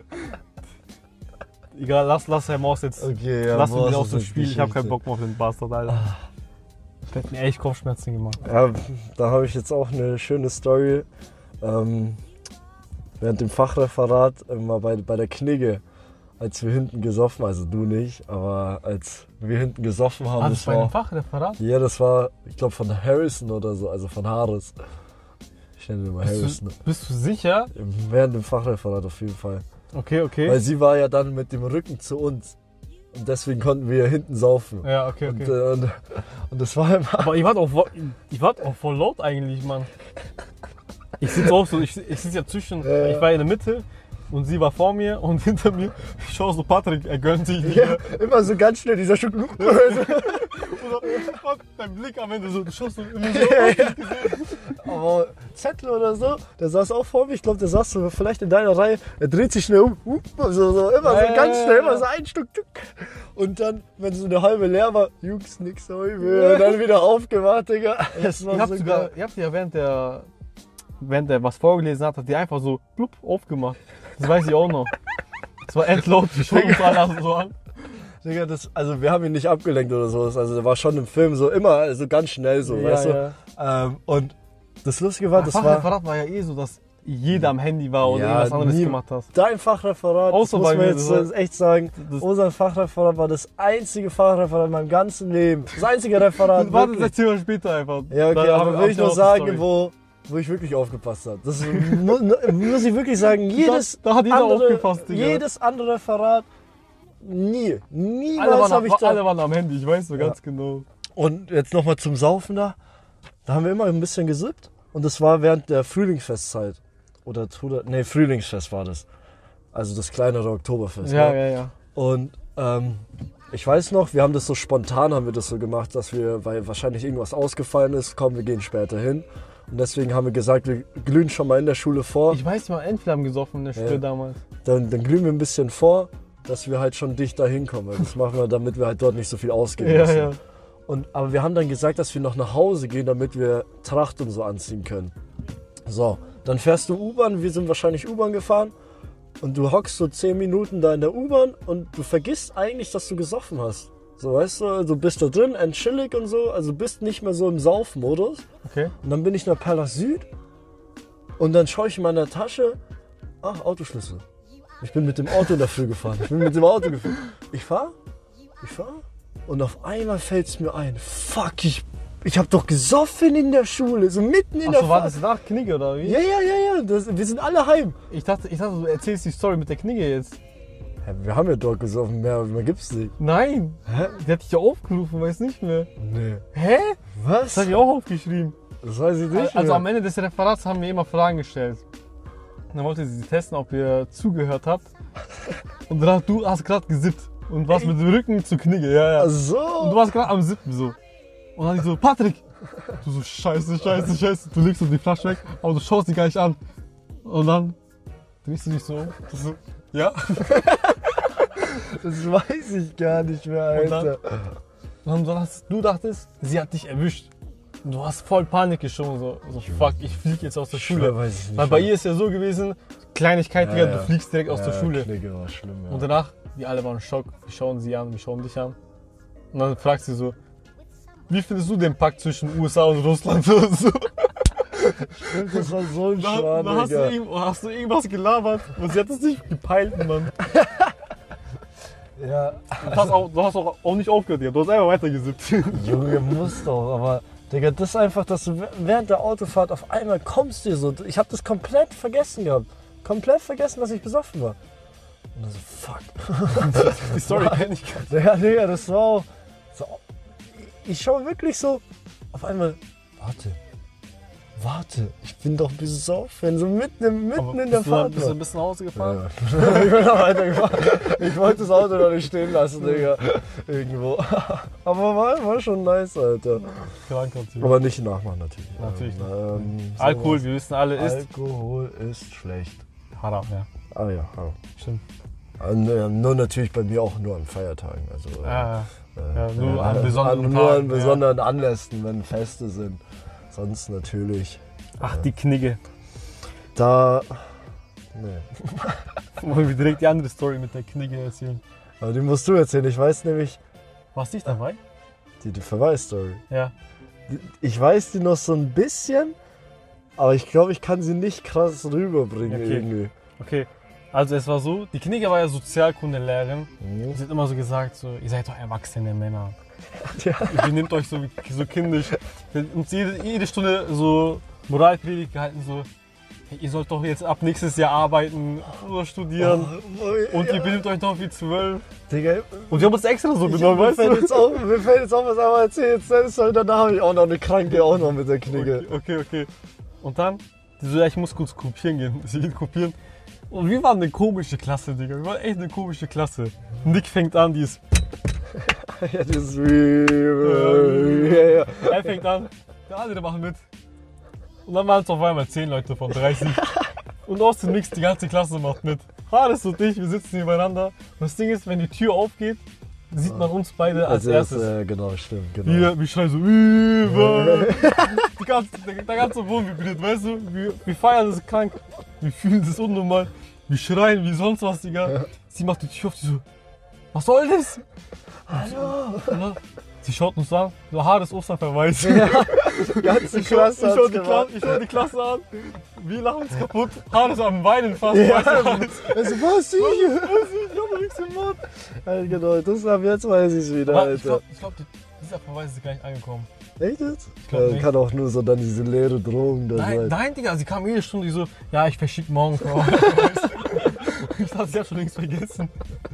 Egal, lass, lass Herr Maus jetzt, okay, ja, lass ihn wieder aus dem Spiel, ich hab keinen Bock mehr auf den Bastard, Alter. Der hat mir echt Kopfschmerzen gemacht. Ja, da habe ich jetzt auch eine schöne Story. Ähm, während dem Fachreferat immer bei, bei der Knigge, als wir hinten gesoffen, also du nicht, aber als wir hinten gesoffen haben. Ah, das bei war, dem Fachreferat? Ja, das war, ich glaube, von Harrison oder so, also von Harris. Ich nenne ihn mal bist Harrison. Du, bist du sicher? Während dem Fachreferat auf jeden Fall. Okay, okay. Weil sie war ja dann mit dem Rücken zu uns. Und deswegen konnten wir hinten saufen. Ja, okay, okay. Und, und, und das war immer... Aber ich war auch, ich war auch voll laut eigentlich, Mann. Ich sitze auch so, ich, ich sitze ja zwischen, ja, ich war in der Mitte und sie war vor mir und hinter mir. Ich schaue so, Patrick, er gönnt sich nicht. Ja, immer so ganz schnell, dieser Stück. Dein Blick am Ende so, du schaust so immer so. Ja. Aber Zettel oder so, der saß auch vor mir, ich glaube, der saß so vielleicht in deiner Reihe, er dreht sich schnell um, so, so immer so ganz schnell, immer so ein Stück. Und dann, wenn so eine halbe leer war, Jungs, nix heute, und dann wieder aufgemacht, Digga. Das war ihr, habt so sogar, ihr habt ja während der, während der was vorgelesen hat, hat die einfach so plupp aufgemacht. Das weiß ich auch noch. Das war endlaut, wir schauen uns alle so an. Digga, das, also wir haben ihn nicht abgelenkt oder so, also der war schon im Film so immer, also ganz schnell so, ja, weißt ja. du. Ähm, und das Lustige war, das war... Fachreferat war ja eh so, dass jeder am Handy war und ja, irgendwas anderes nie, gemacht hast. Dein Fachreferat, Außer das muss man jetzt das echt sagen, unser Fachreferat war das einzige Fachreferat in meinem ganzen Leben. Das einzige Referat. Warte sechs Jahre später einfach. Ja, okay, da aber will ich nur sagen, wo, wo ich wirklich aufgepasst habe. Das muss, muss ich wirklich sagen, jedes, da, da hat jeder andere, aufgepasst, Digga. Jedes andere Referat, nie, niemals habe ich da... Alle waren am Handy, ich weiß so ja. ganz genau. Und jetzt nochmal zum Saufen da. Da haben wir immer ein bisschen gesippt und das war während der Frühlingsfestzeit. Oder, nee, Frühlingsfest war das. Also das kleinere Oktoberfest. Ja, ne? ja, ja. Und ähm, ich weiß noch, wir haben das so spontan, haben wir das so gemacht, dass wir, weil wahrscheinlich irgendwas ausgefallen ist, komm, wir gehen später hin. Und deswegen haben wir gesagt, wir glühen schon mal in der Schule vor. Ich weiß mal, entweder haben gesoffen in der Schule ja. damals. Dann, dann glühen wir ein bisschen vor, dass wir halt schon dicht dahin kommen. Das machen wir, damit wir halt dort nicht so viel ausgeben müssen. Ja, ja. Und, aber wir haben dann gesagt, dass wir noch nach Hause gehen, damit wir Tracht und so anziehen können. So, dann fährst du U-Bahn, wir sind wahrscheinlich U-Bahn gefahren und du hockst so zehn Minuten da in der U-Bahn und du vergisst eigentlich, dass du gesoffen hast. So, weißt du, du bist da drin, chillig und so, also bist nicht mehr so im Saufmodus. Okay. Und dann bin ich nach Perlach Süd und dann schaue ich in meiner Tasche, ach, Autoschlüssel. Ich bin mit dem Auto in der Früh gefahren. Ich bin mit dem Auto gefahren. Ich fahr, ich fahr und auf einmal fällt es mir ein, fuck, ich Ich hab doch gesoffen in der Schule, so mitten in Ach der so, war das nach Knigge oder wie? Ja, ja, ja, ja, das, wir sind alle heim. Ich dachte, ich dachte, du erzählst die Story mit der Knigge jetzt. Ja, wir haben ja dort gesoffen, mehr, mehr gibt's nicht. Nein, Hä? Die hat dich ja aufgerufen, weiß nicht mehr. Nee. Hä? Was? Das habe ich auch aufgeschrieben. Das weiß ich nicht Also mehr. am Ende des Referats haben wir immer Fragen gestellt. Und dann wollte sie testen, ob ihr zugehört habt. Und dann, du hast gerade gesippt und warst mit dem Rücken zur Knigge. Ja, ja. Ach so. Und du warst gerade am Sippen so. Und dann ich so, Patrick! Du so, scheiße, scheiße, scheiße. Du legst so die Flasche weg, aber du schaust sie gar nicht an. Und dann drehst du dich so um. Du so, ja. Das weiß ich gar nicht mehr, Und dann- Alter. Und dann hast du dachtest, sie hat dich erwischt. Und du hast voll Panik geschoben. So, so fuck, ich flieg jetzt aus der Ich Schule. schwör, weiß ich nicht Weil bei mehr. ihr ist ja so gewesen, Kleinigkeit, Ja, Digga, ja. du fliegst direkt aus Ja, der Schule. Knigge war schlimm, ja. Und danach, wir alle waren in Schock. Wir schauen sie an, wir schauen dich an. Und dann fragt sie so, wie findest du den Pakt zwischen U S A und Russland? So. Stimmt, das war so ein Da, Schwan, da hast, du Digga. irgend, hast du irgendwas gelabert und sie hat es nicht gepeilt, Mann. Ja, Du hast auch, du hast auch, auch nicht aufgehört, Digga. Du hast einfach weitergesippt. Junge, muss doch, aber Digga, das ist einfach, dass du während der Autofahrt auf einmal kommst dir so. Ich habe das komplett vergessen gehabt. Komplett vergessen, dass ich besoffen war. Und dann so, fuck. Die Story kenne ich gar nicht. Ja, Digga, das war auch so. Ich schaue wirklich so auf einmal, warte, warte, ich bin doch besoffen, so mitten, im- mitten Aber in der bist, du, Fahrt. bist du noch. ein bisschen nach Hause gefahren? Ja. Ich bin noch weitergefahren. Ich wollte das Auto noch nicht stehen lassen, Digga. Irgendwo. Aber war, war schon nice, Alter. Krank natürlich. Aber nicht nachmachen natürlich. Natürlich nicht. Ähm, Alkohol, sowas. wir wissen alle, ist Alkohol ist schlecht. haram, ja. Ah ja, ah. Stimmt. Ah, ne, nur natürlich bei mir auch nur an Feiertagen. Also, äh, Ja, äh, ja, nur äh, an besonderen Nur an Tagen, ja. besonderen Anlässen, wenn Feste sind. Sonst natürlich. ach, die Knigge. Da. Nee. Wollen wir direkt die andere Story mit der Knigge erzählen? Aber die musst du erzählen. Ich weiß nämlich Warst du nicht dabei? die, die Verweis-Story. Ja. Ich weiß die noch so ein bisschen, aber ich glaube, ich kann sie nicht krass rüberbringen Okay. irgendwie. Okay. Also es war so, die Knigge war ja Sozialkundelehrerin. Mhm. Sie hat immer so gesagt, so, ihr seid doch erwachsene Männer. Ja. Ihr benehmt euch so, wie, so kindisch. Und jede, jede Stunde so Moralpredigt gehalten, so, hey, ihr sollt doch jetzt ab nächstes Jahr arbeiten oder studieren. Oh, Und ja, ihr benehmt euch doch wie zwölf. Digga, Und wir haben uns extra so ich, benommen, mir, weißt fällt du? jetzt auf, mir fällt jetzt auf, was er mal erzählt hat. Und danach habe ich auch noch eine Kranke, auch noch mit der Knigge. Okay, okay, okay. Und dann, die so, ja, ich muss kurz kopieren gehen. Sie geht kopieren. Und wir waren eine komische Klasse, Digga. Wir waren echt eine komische Klasse. Nick fängt an, die ist. Ja, das ist wie. Ja, ja. Er fängt an, der andere macht mit. Und dann waren es auf einmal zehn Leute von dreißig. Und aus dem Nix, die ganze Klasse macht mit. Haris und ich, wir sitzen nebeneinander. Und das Ding ist, wenn die Tür aufgeht, sieht man uns beide als Also, das, erstes. äh, genau, stimmt. Genau. Wir, wir schreien so, Viva! Die ganze, der, der ganze Wohn vibriert, weißt du? Wir, wir feiern das krank, wir fühlen das unnormal, wir schreien wie sonst was, Digga. Sie macht die Tür auf, die so, was soll das? Hallo! Und dann, sie schaut uns an, so Haares Osterverweis. Ja, die ganze Ich schau, Klasse ich, schau hat's die gemacht. Klasse, ich schau die Klasse an, wir lachen uns kaputt, Haares am Weinen fast. Ja, weißt du, Haares, also was ich? ich hab doch nichts gemacht. Ja, genau, das ab jetzt weiß ich es wieder, Aber ich Alter. glaube, glaub, dieser Verweis ist gar nicht angekommen. Echt jetzt? glaub Ja, nicht. kann auch nur so dann diese leere Drohung da Nein, sein. nein, Digga, sie kam jede Stunde, die so, ja, ich verschieb morgen. Frau. Ich dachte, sie hat schon längst vergessen.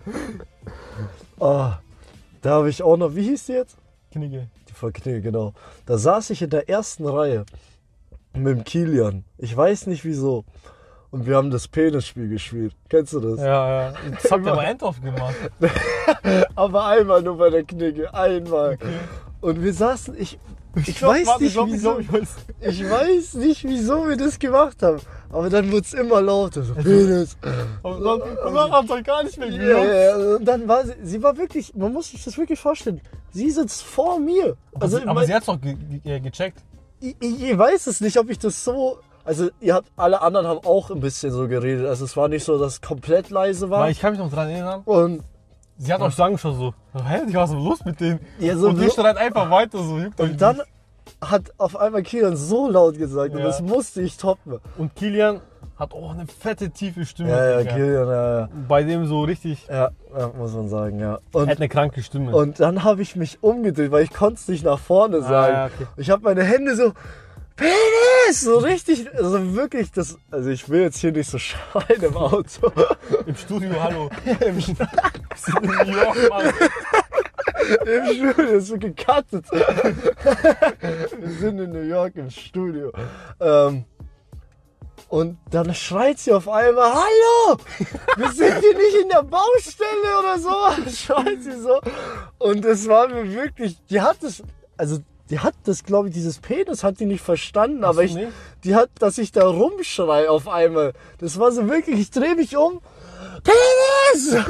Ah, da habe ich auch noch, wie hieß die jetzt? Knigge. Die Frau Knigge, genau. Da saß ich in der ersten Reihe mit dem Kilian. Ich weiß nicht wieso. Und wir haben das Penisspiel gespielt. Kennst du das? Ja, ja. Das habt ihr aber Endorf gemacht. Aber einmal nur bei der Knigge. Einmal. Und wir saßen, ich, ich, glaub, weiß warte, nicht ich glaub, ich wieso. glaub, ich weiß. Ich weiß nicht, wieso wir das gemacht haben. Aber dann wurde es immer lauter. So, Penis. Und dann, und dann hat es gar nicht mehr Ja, gehört. ja, ja. Und dann war sie, sie war wirklich, man muss sich das wirklich vorstellen. Sie sitzt vor mir. Also, aber mein- sie hat es doch ge ge gecheckt. ich, ich, ich weiß es nicht, ob ich das so. Also, ihr habt, alle anderen haben auch ein bisschen so geredet. Also, es war nicht so, dass es komplett leise war. Weil ich kann mich noch dran erinnern, Und sie hat euch so angeschaut, so, hä, Digga, was ist denn los mit denen? Ja, so und ihr so- schreit einfach weiter, so, juckt euch Und dann nicht. hat auf einmal Kilian so laut gesagt und Ja. das musste ich toppen. Und Kilian hat auch eine fette, tiefe Stimme. Ja, ja, Digga. Kilian, ja, ja. Bei dem so richtig, Ja, ja, muss man sagen, ja. er Und, hat eine kranke Stimme. und dann habe ich mich umgedreht, weil ich konnte es nicht nach vorne sagen. ja, okay. Ich habe meine Hände so, Penis! So richtig, also wirklich, das, also ich will jetzt hier nicht so schreien im Auto. Im Studio, hallo. Wir sind in New York, Mann. Im Studio, so gecuttet. Wir sind in New York im Studio. Ähm, und dann schreit sie auf einmal, hallo, wir sind hier nicht in der Baustelle oder so. Schreit sie so. Und es war mir wirklich, die hat es, also die hat das, glaube ich, dieses Penis hat die nicht verstanden, aber ich, nicht? die hat, dass ich da rumschrei auf einmal. Das war so wirklich, ich drehe mich um. Penis!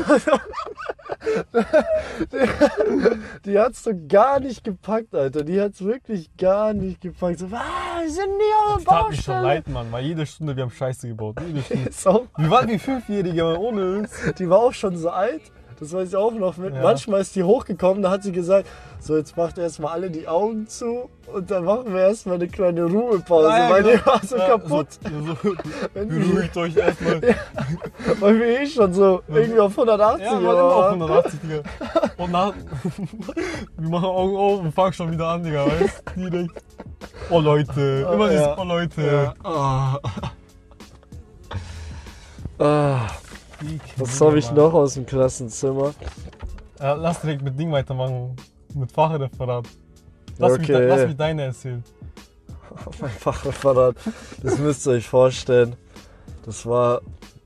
die, die hat's so gar nicht gepackt, Alter. Die hat's wirklich gar nicht gepackt. So, ah, wir sind nie auf der Das tat mir schon Baustelle. leid, Mann, weil jede Stunde wir haben Scheiße gebaut. Jede Stunde. Ist auch, Wir waren wie Fünfjährige, Mann, ohne uns. die war auch schon so alt. Das weiß ich auch noch mit. Ja. Manchmal ist die hochgekommen, da hat sie gesagt, so jetzt macht erstmal alle die Augen zu und dann machen wir erstmal eine kleine Ruhepause, Ja, ja, weil genau. die war so Ja, kaputt. So, so, Wenn sie- beruhigt euch erstmal. Weil wir eh schon so irgendwie auf hundertachtzig Ja, wir waren immer auf waren. hundertachtzig, Digga. Und nach, wir machen Augen auf und fangen schon wieder an, Digga, weißt du? Direkt. Oh Leute, immer Ja. dieses Oh Leute. Ja. Ah. Ah, was habe ich noch aus dem Klassenzimmer? Ja, lass direkt mit Ding weitermachen. Mit Fachreferat. Lass, mich, Okay. de- lass mich deine erzählen. Mein Fachreferat, das müsst ihr euch vorstellen. Das war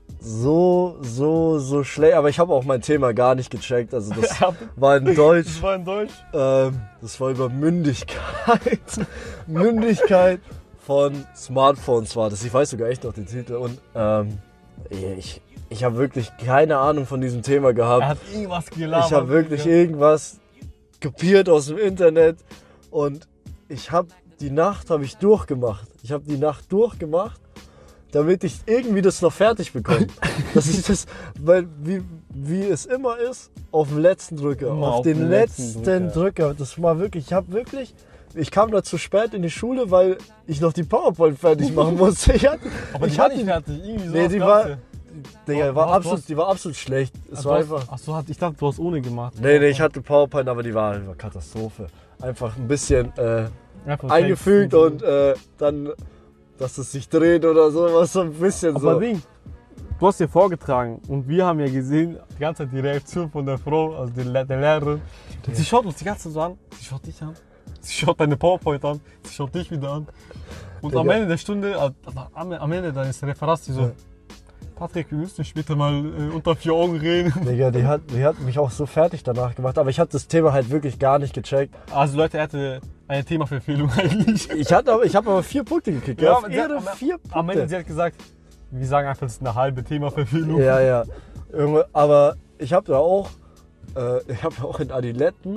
so, so, so schlecht. Aber ich habe auch mein Thema gar nicht gecheckt. Also das war in Deutsch. Das war in Deutsch. Ähm, das war über Mündigkeit. Mündigkeit von Smartphones war das. Ich weiß sogar echt noch den Titel. Und ähm, ich, ich habe wirklich keine Ahnung von diesem Thema Er gehabt. hat irgendwas gelabert. Ich habe wirklich Digga. irgendwas kopiert aus dem Internet. Und ich habe die Nacht habe ich durchgemacht. Ich habe die Nacht durchgemacht, damit ich irgendwie das noch fertig bekomme. Dass ich das, weil wie, wie es immer ist, auf den letzten Drücker, Immer auf, auf den den letzten, letzten Drücker. Drücker. Das war wirklich, ich habe wirklich, ich kam da zu spät in die Schule, weil ich noch die PowerPoint fertig machen musste. Ich hatte, Aber ich die war hatte, nicht fertig. Irgendwie so nee, was die gab's war, ja. Digga, Du war hast- absolut, du hast- die war absolut schlecht. Es Ach, war du hast- einfach, Ach so, hat- ich dachte, du hast ohne gemacht. nee, nee, ich hatte PowerPoint, aber die war einfach Katastrophe. Einfach ein bisschen äh, Einfach eingefügt Text und äh, dann, dass es sich dreht oder sowas, so ein bisschen Aber so. Ding, du hast dir vorgetragen und wir haben ja gesehen, die ganze Zeit die Reaktion von der Frau, also der, Le- der Lehrerin. Und sie schaut uns die ganze Zeit so an, sie schaut dich an, sie schaut deine PowerPoint an, sie schaut dich wieder an. Und Digga. am Ende der Stunde, äh, am, am Ende deines Referats, die so, Ja. Patrick, wir müssen später mal äh, unter vier Augen reden. Digga, die hat, die hat mich auch so fertig danach gemacht, aber ich habe das Thema halt wirklich gar nicht gecheckt. Also Leute, er hatte eine Themaverfehlung eigentlich. Ich hatte aber, ich habe aber vier Punkte gekriegt. Ja, Ja, aber auf sie hat- Ehre am- vier Am Ende, Punkte. sie hat gesagt, wir sagen einfach, das ist eine halbe Themaverfehlung. Ja, ja. Irgendwo- Aber ich habe da auch, äh, ich habe auch in Adiletten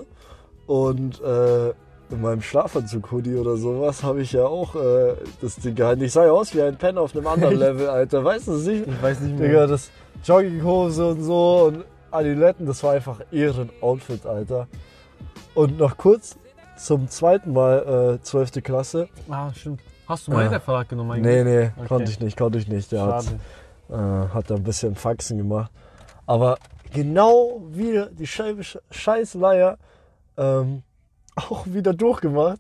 und äh, in meinem Schlafanzug-Hoodie oder sowas habe ich ja auch äh, das Ding gehalten. Ich sah ja aus wie ein Penner auf einem anderen Level, Alter. Weißt du das nicht? Ich weiß nicht mehr. Digga, das Jogginghose und so und Adiletten, das war einfach Ehren-Outfit, Alter. Und noch kurz zum zweiten Mal äh, zwölfte Klasse. Ah, stimmt. Hast du mein Ja. Referat genommen eigentlich? Nee, nee, Okay. konnte ich nicht, konnte ich nicht. Der hat, Schade. äh, hat da ein bisschen Faxen gemacht. Aber genau wie die Schei- Scheißleier ähm, auch wieder durchgemacht.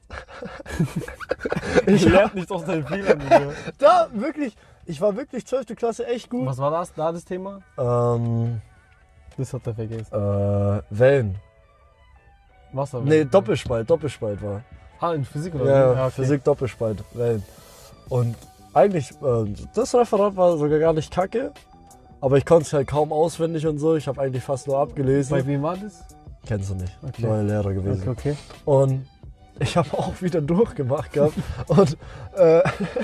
Ich ich lerne nichts aus deinen Fehlern, Digga. da wirklich, ich war wirklich zwölfte Klasse echt gut. Was war das, da das Thema? Ähm, Das hat er vergessen. äh, Wellen. Wasser. Nee, Doppelspalt, Doppelspalt war. Ah, in Physik oder Ja, wie? okay. Physik Doppelspalt, Wellen. Und eigentlich, äh, das Referat war sogar gar nicht kacke, aber ich konnte es halt kaum auswendig und so. Ich habe eigentlich fast nur abgelesen. Bei wem war das? Kennst du nicht. Okay. Neuer Lehrer gewesen. Okay, okay. Und ich habe auch wieder durchgemacht gehabt. Und äh,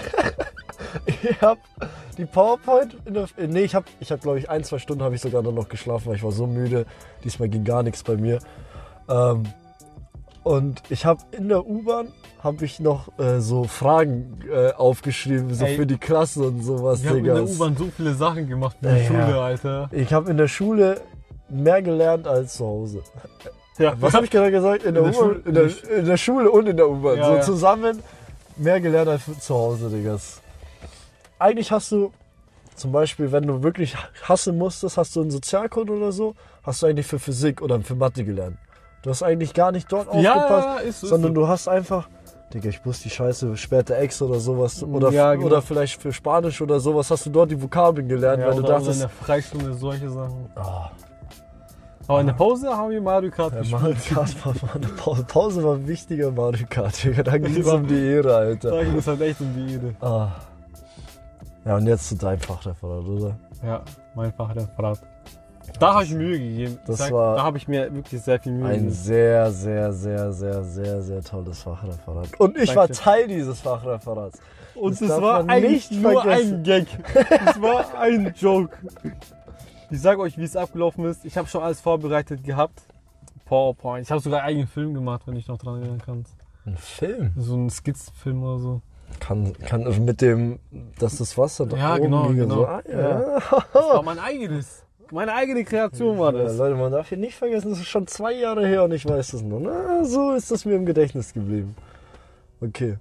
ich habe die PowerPoint, in der, äh, nee, ich habe, ich hab, glaube ich, ein, zwei Stunden habe ich sogar dann noch geschlafen, weil ich war so müde. Diesmal ging gar nichts bei mir. Ähm, und ich habe in der U-Bahn habe ich noch äh, so Fragen äh, aufgeschrieben, so Ey. für die Klasse und sowas, Wir haben in Digga. der U-Bahn so viele Sachen gemacht für Ja, die ja. Schule, Alter. Ich habe in der Schule mehr gelernt als zu Hause. Ja. Was habe ich gerade gesagt? In der, In der U-Bahn, Schule- in, der, in der Schule und in der U-Bahn. Ja, so ja. zusammen mehr gelernt als zu Hause, Diggas. Eigentlich hast du, zum Beispiel, wenn du wirklich hassen musstest, hast du einen Sozialkunde oder so, hast du eigentlich für Physik oder für Mathe gelernt. Du hast eigentlich gar nicht dort Ja, aufgepasst, ja, ist so. sondern ist so. du hast einfach, Digga, ich muss die Scheiße, später Ex oder sowas, oder, Ja, genau. oder vielleicht für Spanisch oder sowas, hast du dort die Vokabeln gelernt, Ja, weil du oder, oder in dachtest, der Freistunde solche Sachen. ah, Aber in der Pause haben wir Mario Kart Ja, gespielt. Mario Kart war, war eine Pause. Pause war wichtiger Mario Kart, Digga. Da ging es um die Ehre, Alter. Da ging es halt echt um die Idee. Ah. Ja, und jetzt zu deinem Fachreferat, oder? Ja, mein Fachreferat. Da habe ich Mühe gegeben. Das Sag, war da habe ich mir wirklich sehr viel Mühe Ein gegeben. sehr, sehr, sehr, sehr, sehr, sehr tolles Fachreferat. Und ich war Danke. Teil dieses Fachreferats. Und das es darf war man eigentlich nicht nur vergessen. ein Gag. Es war ein Joke. Ich sage euch, wie es abgelaufen ist. Ich habe schon alles vorbereitet gehabt. PowerPoint. Ich habe sogar einen eigenen Film gemacht, wenn ich noch dran erinnern kann. Ein Film? So ein Skizzenfilm oder so. Kann, kann mit dem, dass das Wasser da Ja, oben genau, liegt. genau. So, ah, ja. Ja. Das war mein eigenes. Meine eigene Kreation war Ja, das. Leute, man darf hier nicht vergessen, das ist schon zwei Jahre her und ich weiß es noch. Na, so ist das mir im Gedächtnis geblieben. Okay.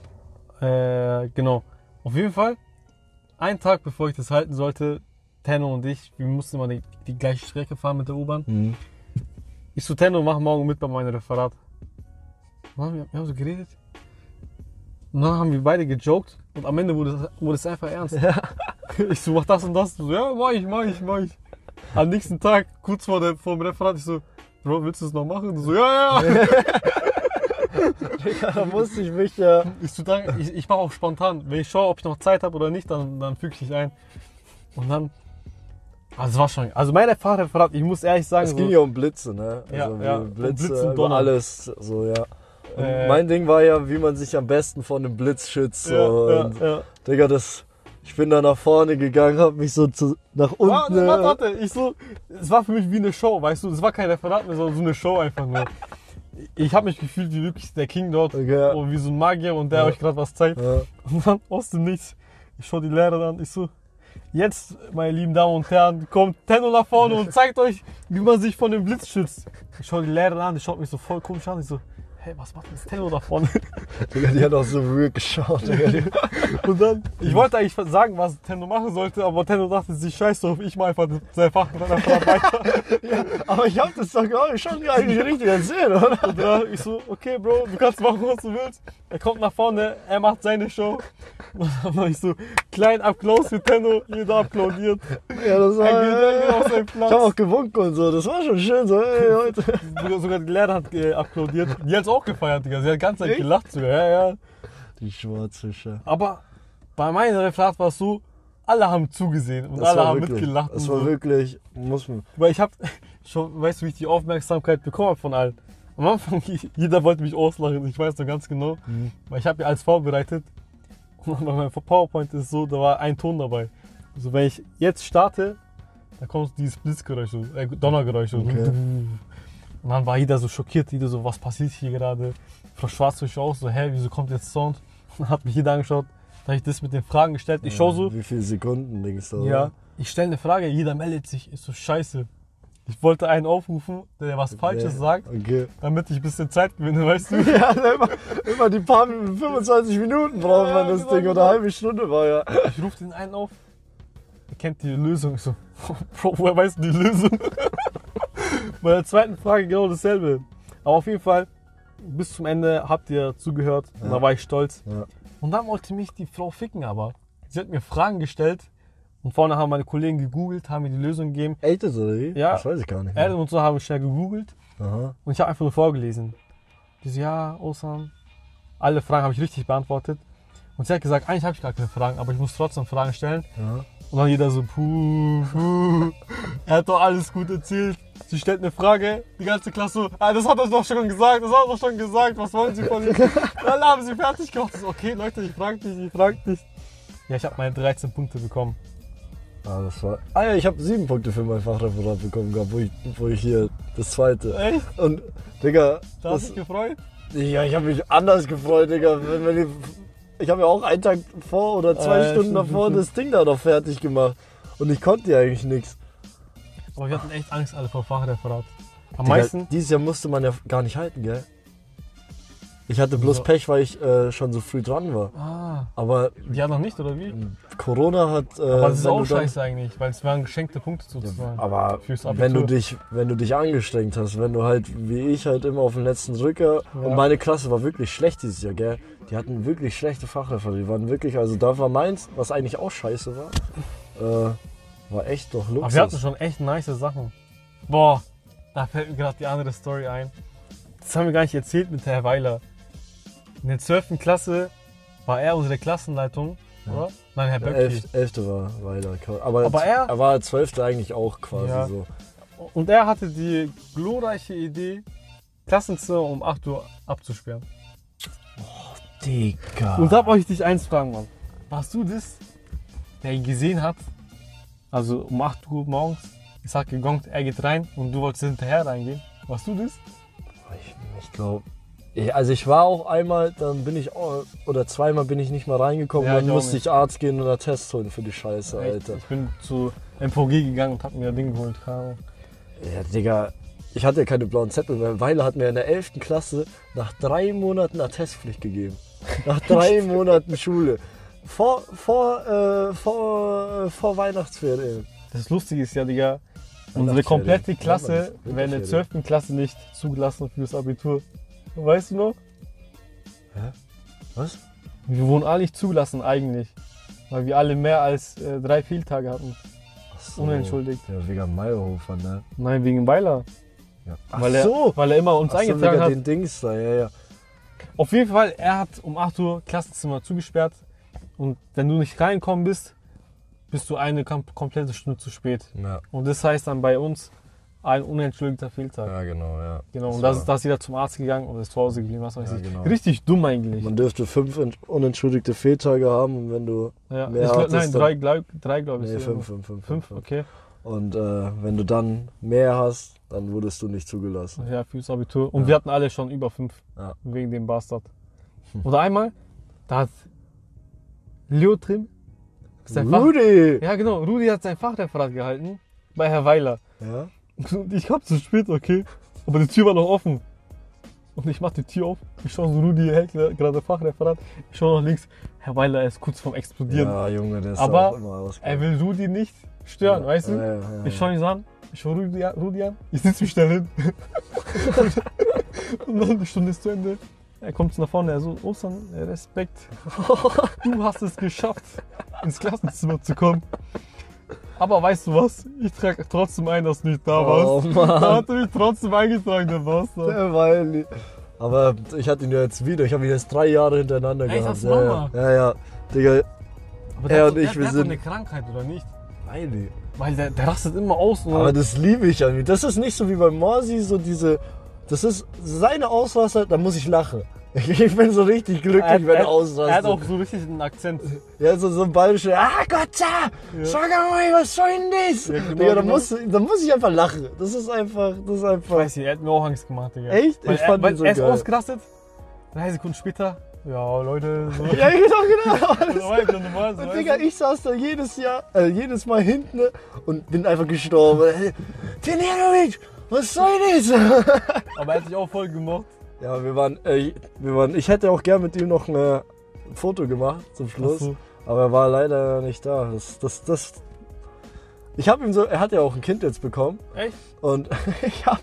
Äh, genau. Auf jeden Fall, einen Tag bevor ich das halten sollte, Tenno und ich, wir mussten immer die, die gleiche Strecke fahren mit der U-Bahn. Mhm. Ich so, Tenno, mach morgen mit bei meinem Referat. Und dann, wir, wir haben so geredet. Und dann haben wir beide gejoked und am Ende wurde es, wurde es einfach ernst. Ja. Ich so, mach das und das. So, ja, mach ich, mach ich, mach ich. Am nächsten Tag, kurz vor, der, vor dem Referat, ich so, Bro, willst du es noch machen? Und so, ja, ja. Ja, da musste ich mich ja. Ich, so, dann, ich, ich mache auch spontan. Wenn ich schaue, ob ich noch Zeit habe oder nicht, dann, dann füge ich dich ein. Und dann, also es war schon, also mein Fahrreferat, ich muss ehrlich sagen, Es so, ging ja um Blitze, ne? Ja, Also ja, wie um Blitze, Blitz und über Donner. alles, so, ja. Und Äh, mein Ding war ja, wie man sich am besten vor einem Blitz schützt. So. ja, Und, ja, ja. Digga, das, ich bin da nach vorne gegangen, hab mich so zu, nach unten. Warte, warte, warte, ich so, es war für mich wie eine Show, weißt du, es war kein Referat mehr, sondern so eine Show einfach nur. Ich habe mich gefühlt wie wirklich der King dort, Okay. und wie so ein Magier und der Ja. euch gerade was zeigt. Ja. Und dann aus dem Nichts, ich schaue die Lehrerin an, ich so, jetzt, meine lieben Damen und Herren, kommt Tenno nach vorne und zeigt euch, wie man sich von dem Blitz schützt. Ich schaue die Lehrerin an, die schaut mich so voll komisch an, ich so, hey, was macht das Tenno da vorne? Digga, die hat auch so weird geschaut. Digga. Die- Und dann, ich wollte eigentlich sagen, was Tenno machen sollte, aber Tenno dachte sich, scheiß drauf, ich mach einfach sein Fachreferat weiter. Aber ich hab das doch gar nicht schon eigentlich richtig erzählt, oder? Und dann ich so, okay Bro, du kannst machen, was du willst. Er kommt nach vorne, er macht seine Show. Und dann war ich so, klein Applaus für Tenno, jeder applaudiert. Ja, das war. Er geht, er geht auf seinen Ich hab auch Platz. gewunken und so, das war schon schön so, ey, heute. Sogar, sogar die Lehrerin hat äh, applaudiert. Die hat's auch gefeiert, Digga. Sie hat die ganze Zeit Echt? gelacht sogar, ja, ja. Die Schwarzfische. Aber bei meinem Referat war es so, alle haben zugesehen und alle haben mitgelacht. Das und war so. wirklich, muss man. Weil ich hab schon, weißt du, wie ich die Aufmerksamkeit bekommen hab von allen. Am Anfang, jeder wollte mich auslachen, ich weiß noch ganz genau. Mhm. Weil ich habe ja alles vorbereitet. Und bei meinem PowerPoint ist es so, da war ein Ton dabei. Also wenn ich jetzt starte, dann kommt dieses Blitzgeräusch, so, äh, Donnergeräusch. So. Okay. Und dann war jeder so schockiert, jeder so, was passiert hier gerade? Frau Schwarzfisch auch so, hä, wieso kommt jetzt Sound? Und dann hat mich jeder angeschaut, da habe ich das mit den Fragen gestellt. Ich schau so, Wie viele Sekunden denkst du? ja, ich stelle eine Frage, jeder meldet sich, ist so scheiße. Ich wollte einen aufrufen, der was Falsches Ja, sagt, Okay. damit ich ein bisschen Zeit gewinne, weißt du? Ja, immer, immer die paar fünfundzwanzig Minuten braucht Ja, man das genau, Ding oder genau. eine halbe Stunde war ja. Ich rufe den einen auf, er kennt die Lösung. Ich so, Bro, woher weißt du die Lösung? Bei der zweiten Frage genau dasselbe. Aber auf jeden Fall, bis zum Ende habt ihr zugehört und Ja. da war ich stolz. Ja. Und dann wollte mich die Frau ficken, aber sie hat mir Fragen gestellt und vorne haben meine Kollegen gegoogelt, haben mir die Lösung gegeben. Echt oder wie? Ja. Das weiß ich gar nicht. Er und so haben schnell gegoogelt Aha. und ich habe einfach nur vorgelesen. Die so, ja, Osan, alle Fragen habe ich richtig beantwortet. Und sie hat gesagt, eigentlich habe ich gar keine Fragen, aber ich muss trotzdem Fragen stellen. Ja. Und dann jeder so, puh, puh. Er hat doch alles gut erzählt. Sie stellt eine Frage, die ganze Klasse so, ah, das hat er doch schon gesagt, das hat er doch schon gesagt, was wollen Sie von ihm? Dann haben sie fertig gemacht. Ich so, okay, Leute, ich frag dich, ich frag dich. Ja, ich habe meine dreizehn Punkte bekommen. Ah, das war. Ah ja, ich habe sieben Punkte für mein Fachreferat bekommen gehabt, wo ich, wo ich hier das zweite. Echt? Und, Digga, Da hast das, du dich gefreut? ja, ich habe mich anders gefreut, Digga. Wenn, wenn die, ich habe ja auch einen Tag vor oder zwei Ah, ja, Stunden stimmt, davor stimmt. das Ding da noch fertig gemacht. Und ich konnte ja eigentlich nichts. Aber wir hatten echt Angst alle vor Fachreferat. Am Digga, meisten, Dieses Jahr musste man ja gar nicht halten, gell? Ich hatte bloß So. Pech, weil ich äh, schon so früh dran war. ah, Aber die hat noch nicht, oder wie? Corona hat. Äh, Aber das ist wenn auch du dann- scheiße eigentlich, weil es waren geschenkte Punkte sozusagen. Aber Fürs wenn du, Abitur. dich, wenn du dich angestrengt hast, wenn du halt wie ich halt immer auf den letzten Drücker. Ja. Und meine Klasse war wirklich schlecht dieses Jahr, gell? Die hatten wirklich schlechte Fachreferate. Die waren wirklich, also da war meins, was eigentlich auch scheiße war, äh, war echt doch Aber wir hatten Luxus. schon echt nice Sachen. Boah, Da fällt mir gerade die andere Story ein. Das haben wir gar nicht erzählt mit Herr Weiler. In der zwölften Klasse war er unsere Klassenleitung, Ja. oder? Nein, Herr Böcki. Elf, Elfte war Weiler. Aber, Aber er- er war Zwölfte eigentlich auch quasi Ja. so. Und er hatte die glorreiche Idee, Klassenzimmer um acht Uhr abzusperren. Digga. Und da wollte ich dich eins fragen, Mann. Warst du das, der ihn gesehen hat? Also um acht Uhr morgens, es hat gegongt, er geht rein und du wolltest hinterher reingehen. Warst du das? Ich, ich glaube. Also ich war auch einmal, dann bin ich auch, oder zweimal bin ich nicht mal reingekommen, Ja, dann ich auch musste nicht. ich Arzt gehen und einen Test holen für die Scheiße, Echt? Alter. Ich bin zu M V G gegangen und hab mir ein Ding geholt. Keine Ahnung. Ja, Digga, ich hatte ja keine blauen Zettel mehr. Weiler hat mir in der elften Klasse nach drei Monaten Attestpflicht gegeben. Nach drei Monaten Schule. Vor, vor, äh, vor, äh, vor Weihnachtsferien. Das Lustige ist ja, Digga, unsere Weihnachtsferien. komplette Ja, Klasse Mann, wäre in der Winterferien. zwölften Klasse nicht zugelassen fürs Abitur. Weißt du noch? Was? Wir wurden alle nicht zugelassen eigentlich. Weil wir alle mehr als äh, drei Fehltage hatten. Ach so. Unentschuldigt. Ja, wegen Meierhofer, ne? Nein, wegen Weiler. Ja. Ach Weil er, so. weil er immer uns Ach so, eingetragen wegen hat. den Dings da, ja, ja. Auf jeden Fall, er hat um acht Uhr Klassenzimmer zugesperrt. Und wenn du nicht reinkommen bist, bist du eine kom komplette Stunde zu spät. Ja, Und das heißt dann bei uns ein unentschuldigter Fehltag. ja genau, ja. Genau, Das und da war- ist, da ist jeder zum Arzt gegangen und ist zu Hause geblieben, was weiß Ja, ich. genau. Richtig dumm eigentlich. Man dürfte fünf ent- unentschuldigte Fehltage haben und wenn du. Ja. mehr Ich glaub, hattest, nein, dann- drei, glaub, drei glaube ich. Nee, sogar. fünf, fünf, fünf, Fünf, okay. Und äh, wenn du dann mehr hast, dann wurdest du nicht zugelassen. Ja, fürs Abitur. Und Ja. wir hatten alle schon über fünf. Ja. Wegen dem Bastard. Oder einmal, da hat Leo Trim. sein Fach- Rudi! Ja, genau. Rudi hat sein Fachreferat gehalten bei Herr Weiler. Ja? Und ich hab zu spät, okay. Aber die Tür war noch offen. Und ich mach die Tür auf. Ich schaue so, Rudi hält gerade Fachreferat. Ich schaue nach links. Herr Weiler ist kurz vorm Explodieren. Ja, Junge, der ist Aber auch immer aus. Er will Rudi nicht stören, weißt du? Ja, ja, ja, Ich ja. schaue ihn so an. Ich schaue Rudi, an- Rudi an. Ich sitze mich schnell hin. Und dann die Stunde ist zu Ende. Er kommt nach vorne, er so, Ostern, Respekt. Du hast es geschafft, ins Klassenzimmer zu kommen. Aber weißt du was? Ich trage trotzdem ein, dass du nicht da Oh, warst. Mann. Da hat er mich trotzdem eingetragen, der Bastard. Der Weili. Aber ich hatte ihn ja jetzt wieder. Ich habe ihn jetzt drei Jahre hintereinander Echt, gehabt. hast du Ja, nochmal? ja, ja, ja. Digga, Aber Er hat und doch- ich, der, wir der hat sind- doch eine Krankheit, oder nicht? Weili. Weil der, der rastet immer aus. Und Aber das liebe ich an ihm. Das ist nicht so wie bei Morsi, so diese. Das ist seine Ausraster, da muss ich lachen. Ich bin so richtig glücklich, er, wenn er er, ausrastet. er hat auch so richtig einen Akzent. Ja, so, so ein bayerischer, ah Gott, sag mal, was soll denn das? Ja, genau, Digga, da, genau. muss, da muss ich einfach lachen. Das ist einfach, das ist Ich einfach. weiß nicht, er hat mir auch Angst gemacht, Digga. Echt? Weil Ich er, fand weil ihn so er ist geil. ausgerastet. Drei Sekunden später, ja Leute, so. Ja, genau, genau. Normal, wieder normal, so, Und weißt Digga, du? ich saß da jedes Jahr, äh, jedes Mal hinten und bin einfach gestorben. Tenerovic, was soll das? Aber er hat sich auch voll gemocht. Ja, wir waren, äh, wir waren, ich hätte auch gern mit ihm noch ein Foto gemacht zum Schluss, Ach so. aber er war leider nicht da. Das, das, das. Ich habe ihm so, er hat ja auch ein Kind jetzt bekommen Echt? und ich habe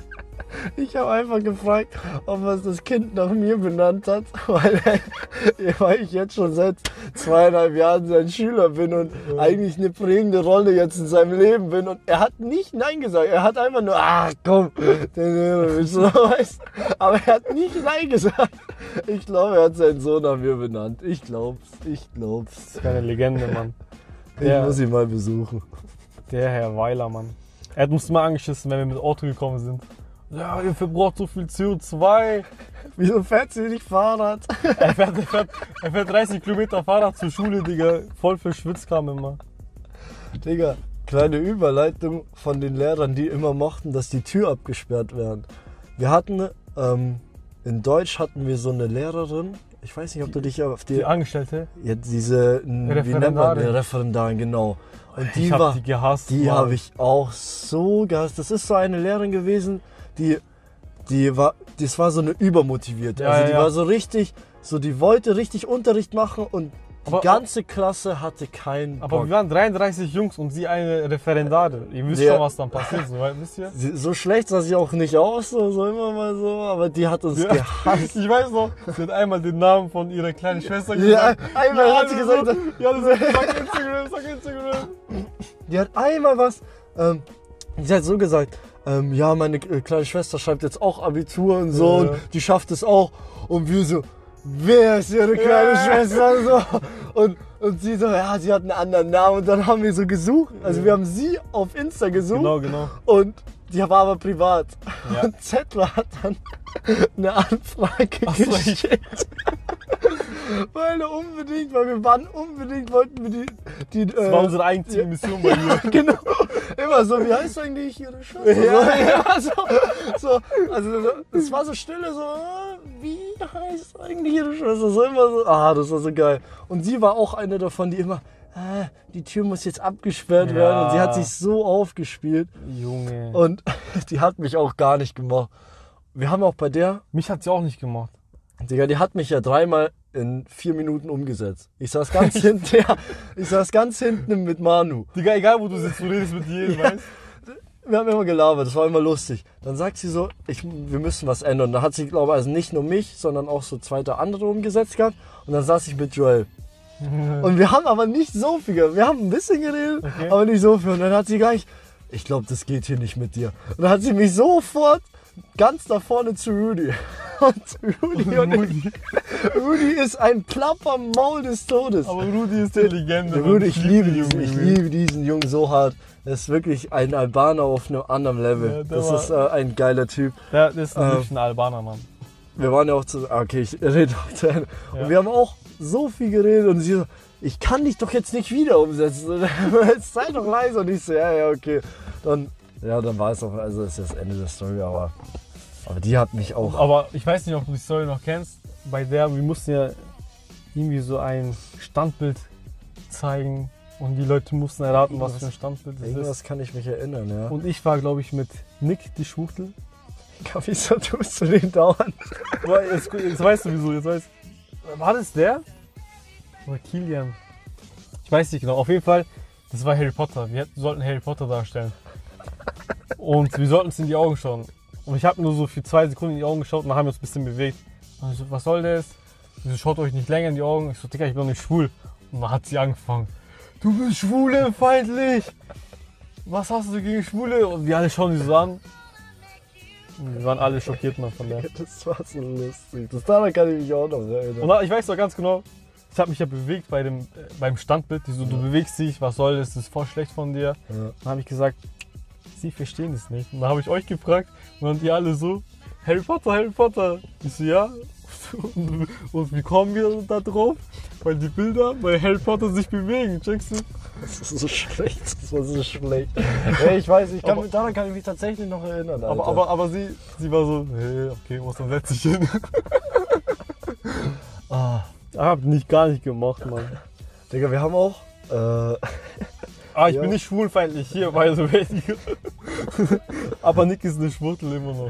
ich hab einfach gefragt, ob er das Kind nach mir benannt hat, weil, er, weil ich jetzt schon seit zweieinhalb Jahren sein Schüler bin und Ja. eigentlich eine prägende Rolle jetzt in seinem Leben bin. Und er hat nicht Nein gesagt. Er hat einfach nur, ach komm, den so, weißt du? Aber er hat nicht Nein gesagt. Ich glaube, er hat seinen Sohn nach mir benannt. Ich glaub's, ich glaub's. Das ist eine Legende, Mann. Ich Ja. muss ihn mal besuchen. Der Herr Weiler, Mann. Er hat uns mal angeschissen, wenn wir mit Auto gekommen sind. Ja, ihr verbraucht so viel C O zwei. Wieso fährt sie nicht Fahrrad? Er fährt, er, fährt, er fährt dreißig Kilometer Fahrrad zur Schule, Digga. Voll verschwitzt kam immer. Digga, kleine Überleitung von den Lehrern, die immer mochten, dass die Tür abgesperrt werden. Wir hatten, ähm, in Deutsch hatten wir so eine Lehrerin, ich weiß nicht, ob du dich auf die, Die Angestellte. ja, diese, wie nennt man die, Referendarin. Referendarin, genau. Und die ich hab war, die gehasst. die Mann. habe ich auch so gehasst. Das ist so eine Lehrerin gewesen, die, die war, das war so eine übermotivierte. Ja, also ja, die ja. war so richtig, so die wollte richtig Unterricht machen und die Aber- ganze Klasse hatte keinen Aber Bock. wir waren dreiunddreißig Jungs und sie eine Referendarin. Ihr wisst Ja. schon, was dann passiert, so, weil- wisst ihr? Sie, so schlecht sah sie auch nicht aus, so, so immer mal so, aber die hat uns Ja. gehasst. Ich weiß noch, sie hat einmal den Namen von ihrer kleinen Schwester Ja, gesagt. einmal hat sie alle gesagt, so, ja, das ist, sag Instagram, sag Instagram. die hat einmal was, ähm, sie hat so gesagt, ähm, ja, meine äh, kleine Schwester schreibt jetzt auch Abitur und so, Ja. und die schafft es auch. Und wir so, wer ist ihre kleine Ja. Schwester? Und, so. und, und sie so, ja, sie hat einen anderen Namen. Und dann haben wir so gesucht, also wir haben sie auf Insta gesucht. Genau, genau. Und die war aber privat. Ja. Und Zettler hat dann eine Anfrage Ach so, geschickt. Weil er unbedingt, weil wir waren unbedingt, wollten wir die... die Das war unsere einzige Mission bei mir. Genau. Immer so, wie heißt eigentlich ihre Schwester? Ja. So, ja, so, so, also es war so stille, so, ah, wie heißt eigentlich ihre Schwester? So immer so, ah, das war so geil. Und sie war auch eine davon, die immer, ah, die Tür muss jetzt abgesperrt Ja. werden. Und sie hat sich so aufgespielt. Junge. Und die hat mich auch gar nicht gemacht. Wir haben auch bei der, Mich hat sie auch nicht gemacht. Digga, die hat mich ja dreimal in vier Minuten umgesetzt. Ich saß ganz hinten, ja, ich saß ganz hinten mit Manu. Digga, egal wo du sitzt, du redest mit jedem, Ja. weißt Wir haben immer gelabert, das war immer lustig. Dann sagt sie so, ich, wir müssen was ändern. Da hat sie, glaube ich, also nicht nur mich, sondern auch so zwei der andere umgesetzt gehabt. Und dann saß ich mit Joel. Und wir haben aber nicht so viel geredet. Wir haben ein bisschen geredet, Okay. aber nicht so viel. Und dann hat sie gleich, ich glaube, das geht hier nicht mit dir. Und dann hat sie mich sofort ganz da vorne zu Rudy. Und Rudy, und Rudi. Rudy ist ein plapper Maul des Todes. Aber Rudi ist der Legende. Der Mann. Rudy, ich liebe den diesen, ich Junge. liebe diesen Jungen so hart. Er ist wirklich ein Albaner auf einem anderen Level. Ja, der das war- ist äh, ein geiler Typ. Der das ist ein Ähm, wirklich ein Albaner, Mann. Wir waren ja auch zu. ah, Okay, ich rede auch zu Ende. Ja. Und wir haben auch so viel geredet und sie so, ich kann dich doch jetzt nicht wieder umsetzen. Jetzt sei doch leise. Und ich so, ja, ja, okay. Dann, ja, dann war es auch, also das ist das Ende der Story, aber, aber die hat mich auch. Aber ich weiß nicht, ob du die Story noch kennst. Bei der, wir mussten ja irgendwie so ein Standbild zeigen und die Leute mussten erraten, was für ein Standbild das Irgendwas ist. kann ich mich erinnern, ja. Und ich war, glaube ich, mit Nick, die Schwuchtel. Wieso tust du den dauernd? Aber Jetzt, jetzt weißt du wieso, jetzt weißt War das der? Oder Kilian? Ich weiß nicht genau. Auf jeden Fall, das war Harry Potter. Wir hätten- sollten Harry Potter darstellen. Und wir sollten uns in die Augen schauen. Und ich habe nur so für zwei Sekunden in die Augen geschaut und dann haben wir uns ein bisschen bewegt. Und ich so, was soll das? Ich so, schaut euch nicht länger in die Augen. Ich so, Digga, ich bin doch nicht schwul. Und dann hat sie angefangen. Du bist schwulenfeindlich. Was hast du gegen Schwule? Und wir alle schauen die so an. Und wir waren alle schockiert, man, von der. Das war so lustig. Das daran kann ich mich auch noch erinnern. Und dann, ich weiß doch ganz genau, ich habe mich ja bewegt bei dem, äh, beim Standbild. Die so, du bewegst dich, was soll das, das ist voll schlecht von dir. Ja. Dann habe ich gesagt, sie verstehen es nicht. Und dann habe ich euch gefragt und dann die alle so, Harry Potter, Harry Potter. Ich so, ja. Und, und wie kommen wir da drauf? Weil die Bilder bei Harry Potter sich bewegen, checkst du? Das ist so schlecht, das war so schlecht. Ja, ich weiß, ich kann, Aber- daran kann ich mich tatsächlich noch erinnern. Alter. Aber, aber, aber sie, sie war so, hey, okay, was, dann setz dich hin. Ah, Hab nicht, gar nicht gemacht, Mann. Digga, wir haben auch. Äh, Ah, ich Ja. bin nicht schwulfeindlich hier, weil so wenig. Aber Nick ist eine Schwuchtel immer noch.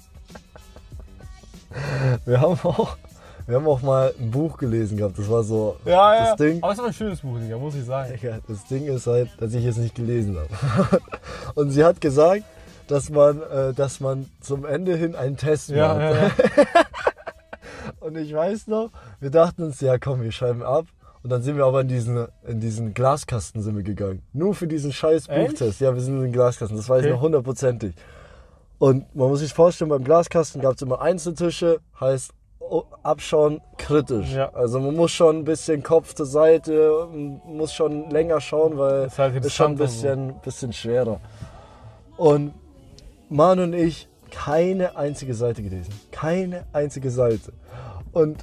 wir haben auch. Wir haben auch mal ein Buch gelesen gehabt. Das war so. Ja, ja. Das Ding. Aber es war ein schönes Buch, Digga, muss ich sagen. Digga, das Ding ist halt, dass ich es nicht gelesen habe. Und sie hat gesagt, dass man, äh, dass man zum Ende hin einen Test Ja, macht. ja, ja. Und ich weiß noch, wir dachten uns, ja komm, wir schreiben ab. Und dann sind wir aber in diesen, in diesen Glaskasten sind wir gegangen. Nur für diesen scheiß Echt? Buchtest. Ja, wir sind in den Glaskasten. Das weiß Okay. ich noch hundertprozentig. Und man muss sich vorstellen, beim Glaskasten gab es immer Einzeltische, heißt oh, abschauen kritisch. Ja. Also man muss schon ein bisschen Kopf zur Seite, muss schon länger schauen, weil Ist halt es ist schon ein interessant und bisschen, bisschen schwerer. Und Manu und ich keine einzige Seite gelesen. Keine einzige Seite. Und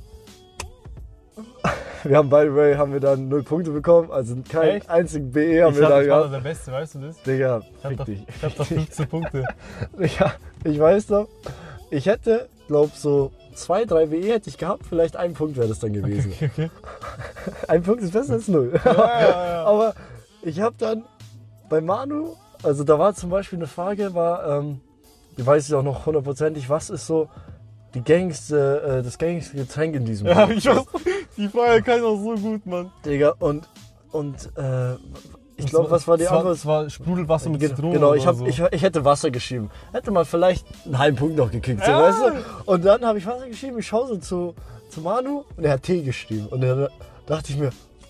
wir haben, by the way, haben wir dann null Punkte bekommen, also keinen Echt? einzigen B E haben Ich, wir hab, da ich war da gehabt. der Beste, weißt du das? Digga, Ich hab, fick da, dich. ich hab da fünfzehn Punkte. Ja, ich weiß noch, ich hätte, glaub so zwei, drei W E hätte ich gehabt, vielleicht ein Punkt wäre das dann gewesen. Okay, okay. Ein Punkt ist besser als null. Ja, ja, ja. Aber ich habe dann bei Manu, also da war zum Beispiel eine Frage, war, ähm, die weiß ich auch noch hundertprozentig, was ist so die gängigste, äh, das gängigste Getränk in diesem Ja, Buch? ich weiß, die Frage kann ich auch so gut, Mann. Digga, und, und äh, ich glaube, was war die Es war, Antwort? es war Sprudelwasser mit Gen- Zitrone Genau, oder ich, hab, so. ich, ich hätte Wasser geschrieben. Hätte man vielleicht einen halben Punkt noch gekriegt, so, Ja. weißt du? Und dann habe ich Wasser geschrieben, ich schaue so zu, zu Manu und er hat Tee geschrieben. Und dann dachte ich mir,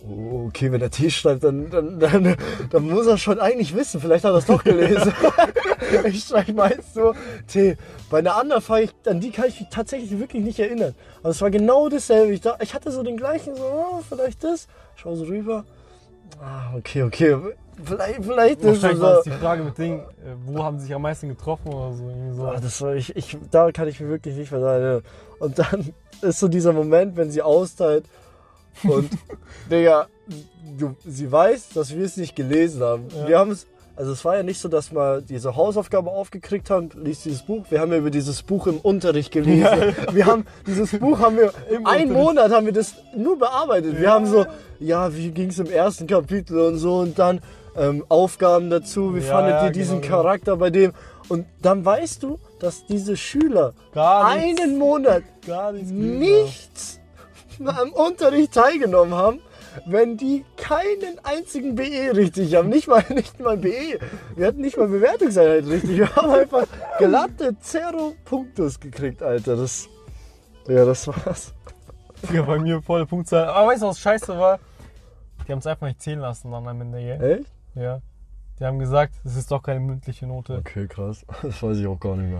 oh, okay, wenn er T schreibt, dann, dann, dann, dann muss er schon eigentlich wissen. Vielleicht hat er es doch gelesen. Ich schreibe meist so T. Bei einer anderen Frage, ich, an die kann ich mich tatsächlich wirklich nicht erinnern. Aber es war genau dasselbe. Ich, dachte, ich hatte so den gleichen, so, oh, vielleicht das. Schau so rüber. Ah, okay, okay. Vielleicht, vielleicht ist Wahrscheinlich es war so. es die Frage mit Ding, wo haben sie sich am meisten getroffen oder so. Irgendwie so. Ah, das war, ich, ich, da kann ich mir wirklich nicht mehr sagen. Ja. Und dann ist so dieser Moment, wenn sie austeilt und, Digga, du, sie weiß, dass wir es nicht gelesen haben. Ja. Wir haben es, also es war ja nicht so, dass wir diese Hausaufgabe aufgekriegt haben, liest dieses Buch. Wir haben ja über dieses Buch im Unterricht gelesen. Ja. Wir haben, dieses Buch haben wir, Im einen Unterricht. Monat haben wir das nur bearbeitet. Wir Ja. haben so, ja, wie ging es im ersten Kapitel und so und dann ähm, Aufgaben dazu, wie Ja, fandet ja, ihr diesen genau, genau. Charakter bei dem? Und dann weißt du, dass diese Schüler Gar nichts, einen Monat gar nichts. gelesen nichts am Unterricht teilgenommen haben, wenn die keinen einzigen B E richtig haben. Nicht mal, nicht mal B E. Wir hatten nicht mal Bewertungseinheit richtig. Wir haben einfach glatte Zero Punktus gekriegt, Alter. Das, ja, das war's. haben. Ja, bei mir volle Punktzahl. Aber weißt du, was scheiße war? Die haben es einfach nicht zählen lassen dann am Ende, gell? Echt? Ja. Die haben gesagt, es ist doch keine mündliche Note. Okay, krass. Das weiß ich auch gar nicht mehr.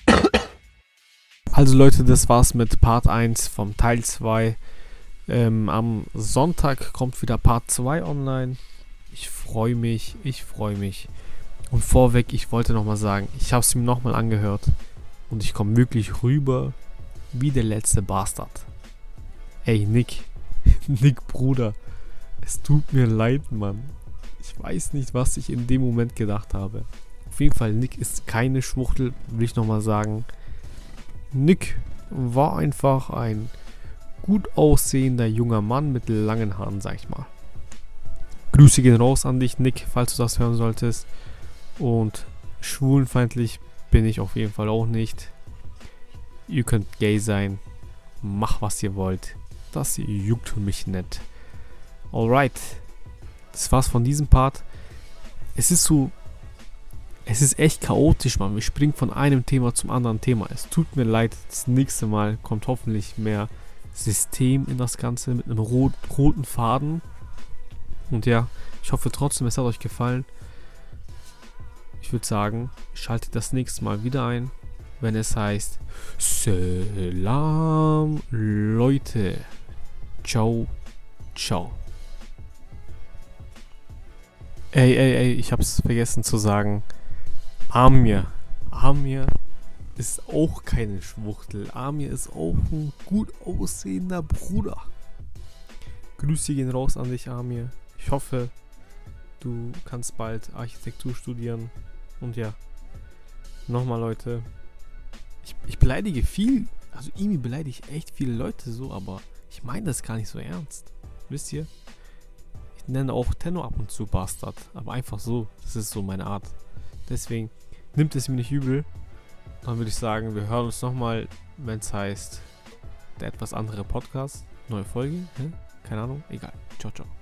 Also Leute, das war's mit Part eins vom Teil zwei. Ähm, am Sonntag kommt wieder Part zwei online. Ich freue mich, ich freue mich. Und vorweg, ich wollte nochmal sagen, ich habe es mir nochmal angehört. Und ich komme wirklich rüber wie der letzte Bastard. Ey, Nick. Nick, Bruder. Es tut mir leid, Mann. Ich weiß nicht, was ich in dem Moment gedacht habe. Auf jeden Fall, Nick ist keine Schwuchtel, will ich nochmal sagen. Nick war einfach ein gut aussehender junger Mann mit langen Haaren, sag ich mal. Grüße gehen raus an dich, Nick, falls du das hören solltest. Und schwulenfeindlich bin ich auf jeden Fall auch nicht. Ihr könnt gay sein. Macht, was ihr wollt. Das juckt mich nicht. Alright. Das war's von diesem Part. Es ist so... Es ist echt chaotisch, Mann. Wir springen von einem Thema zum anderen Thema. Es tut mir leid. Das nächste Mal kommt hoffentlich mehr System in das Ganze mit einem rot, roten Faden. Und ja, ich hoffe trotzdem, es hat euch gefallen. Ich würde sagen, schaltet das nächste Mal wieder ein, wenn es heißt Salam Leute. Ciao, ciao. Ey, ey, ey, ich hab's vergessen zu sagen. Amir. Amir ist auch keine Schwuchtel. Amir ist auch ein gut aussehender Bruder. Grüße gehen raus an dich, Amir. Ich hoffe, du kannst bald Architektur studieren. Und ja, nochmal Leute, ich, ich beleidige viel, also irgendwie beleidige ich echt viele Leute so, aber ich meine das gar nicht so ernst. Wisst ihr? Ich nenne auch Tenno ab und zu Bastard, aber einfach so, das ist so meine Art. Deswegen nimmt es mir nicht übel. Dann würde ich sagen, wir hören uns nochmal, wenn es heißt, der etwas andere Podcast, neue Folge, ne? Keine Ahnung, egal. Ciao, ciao.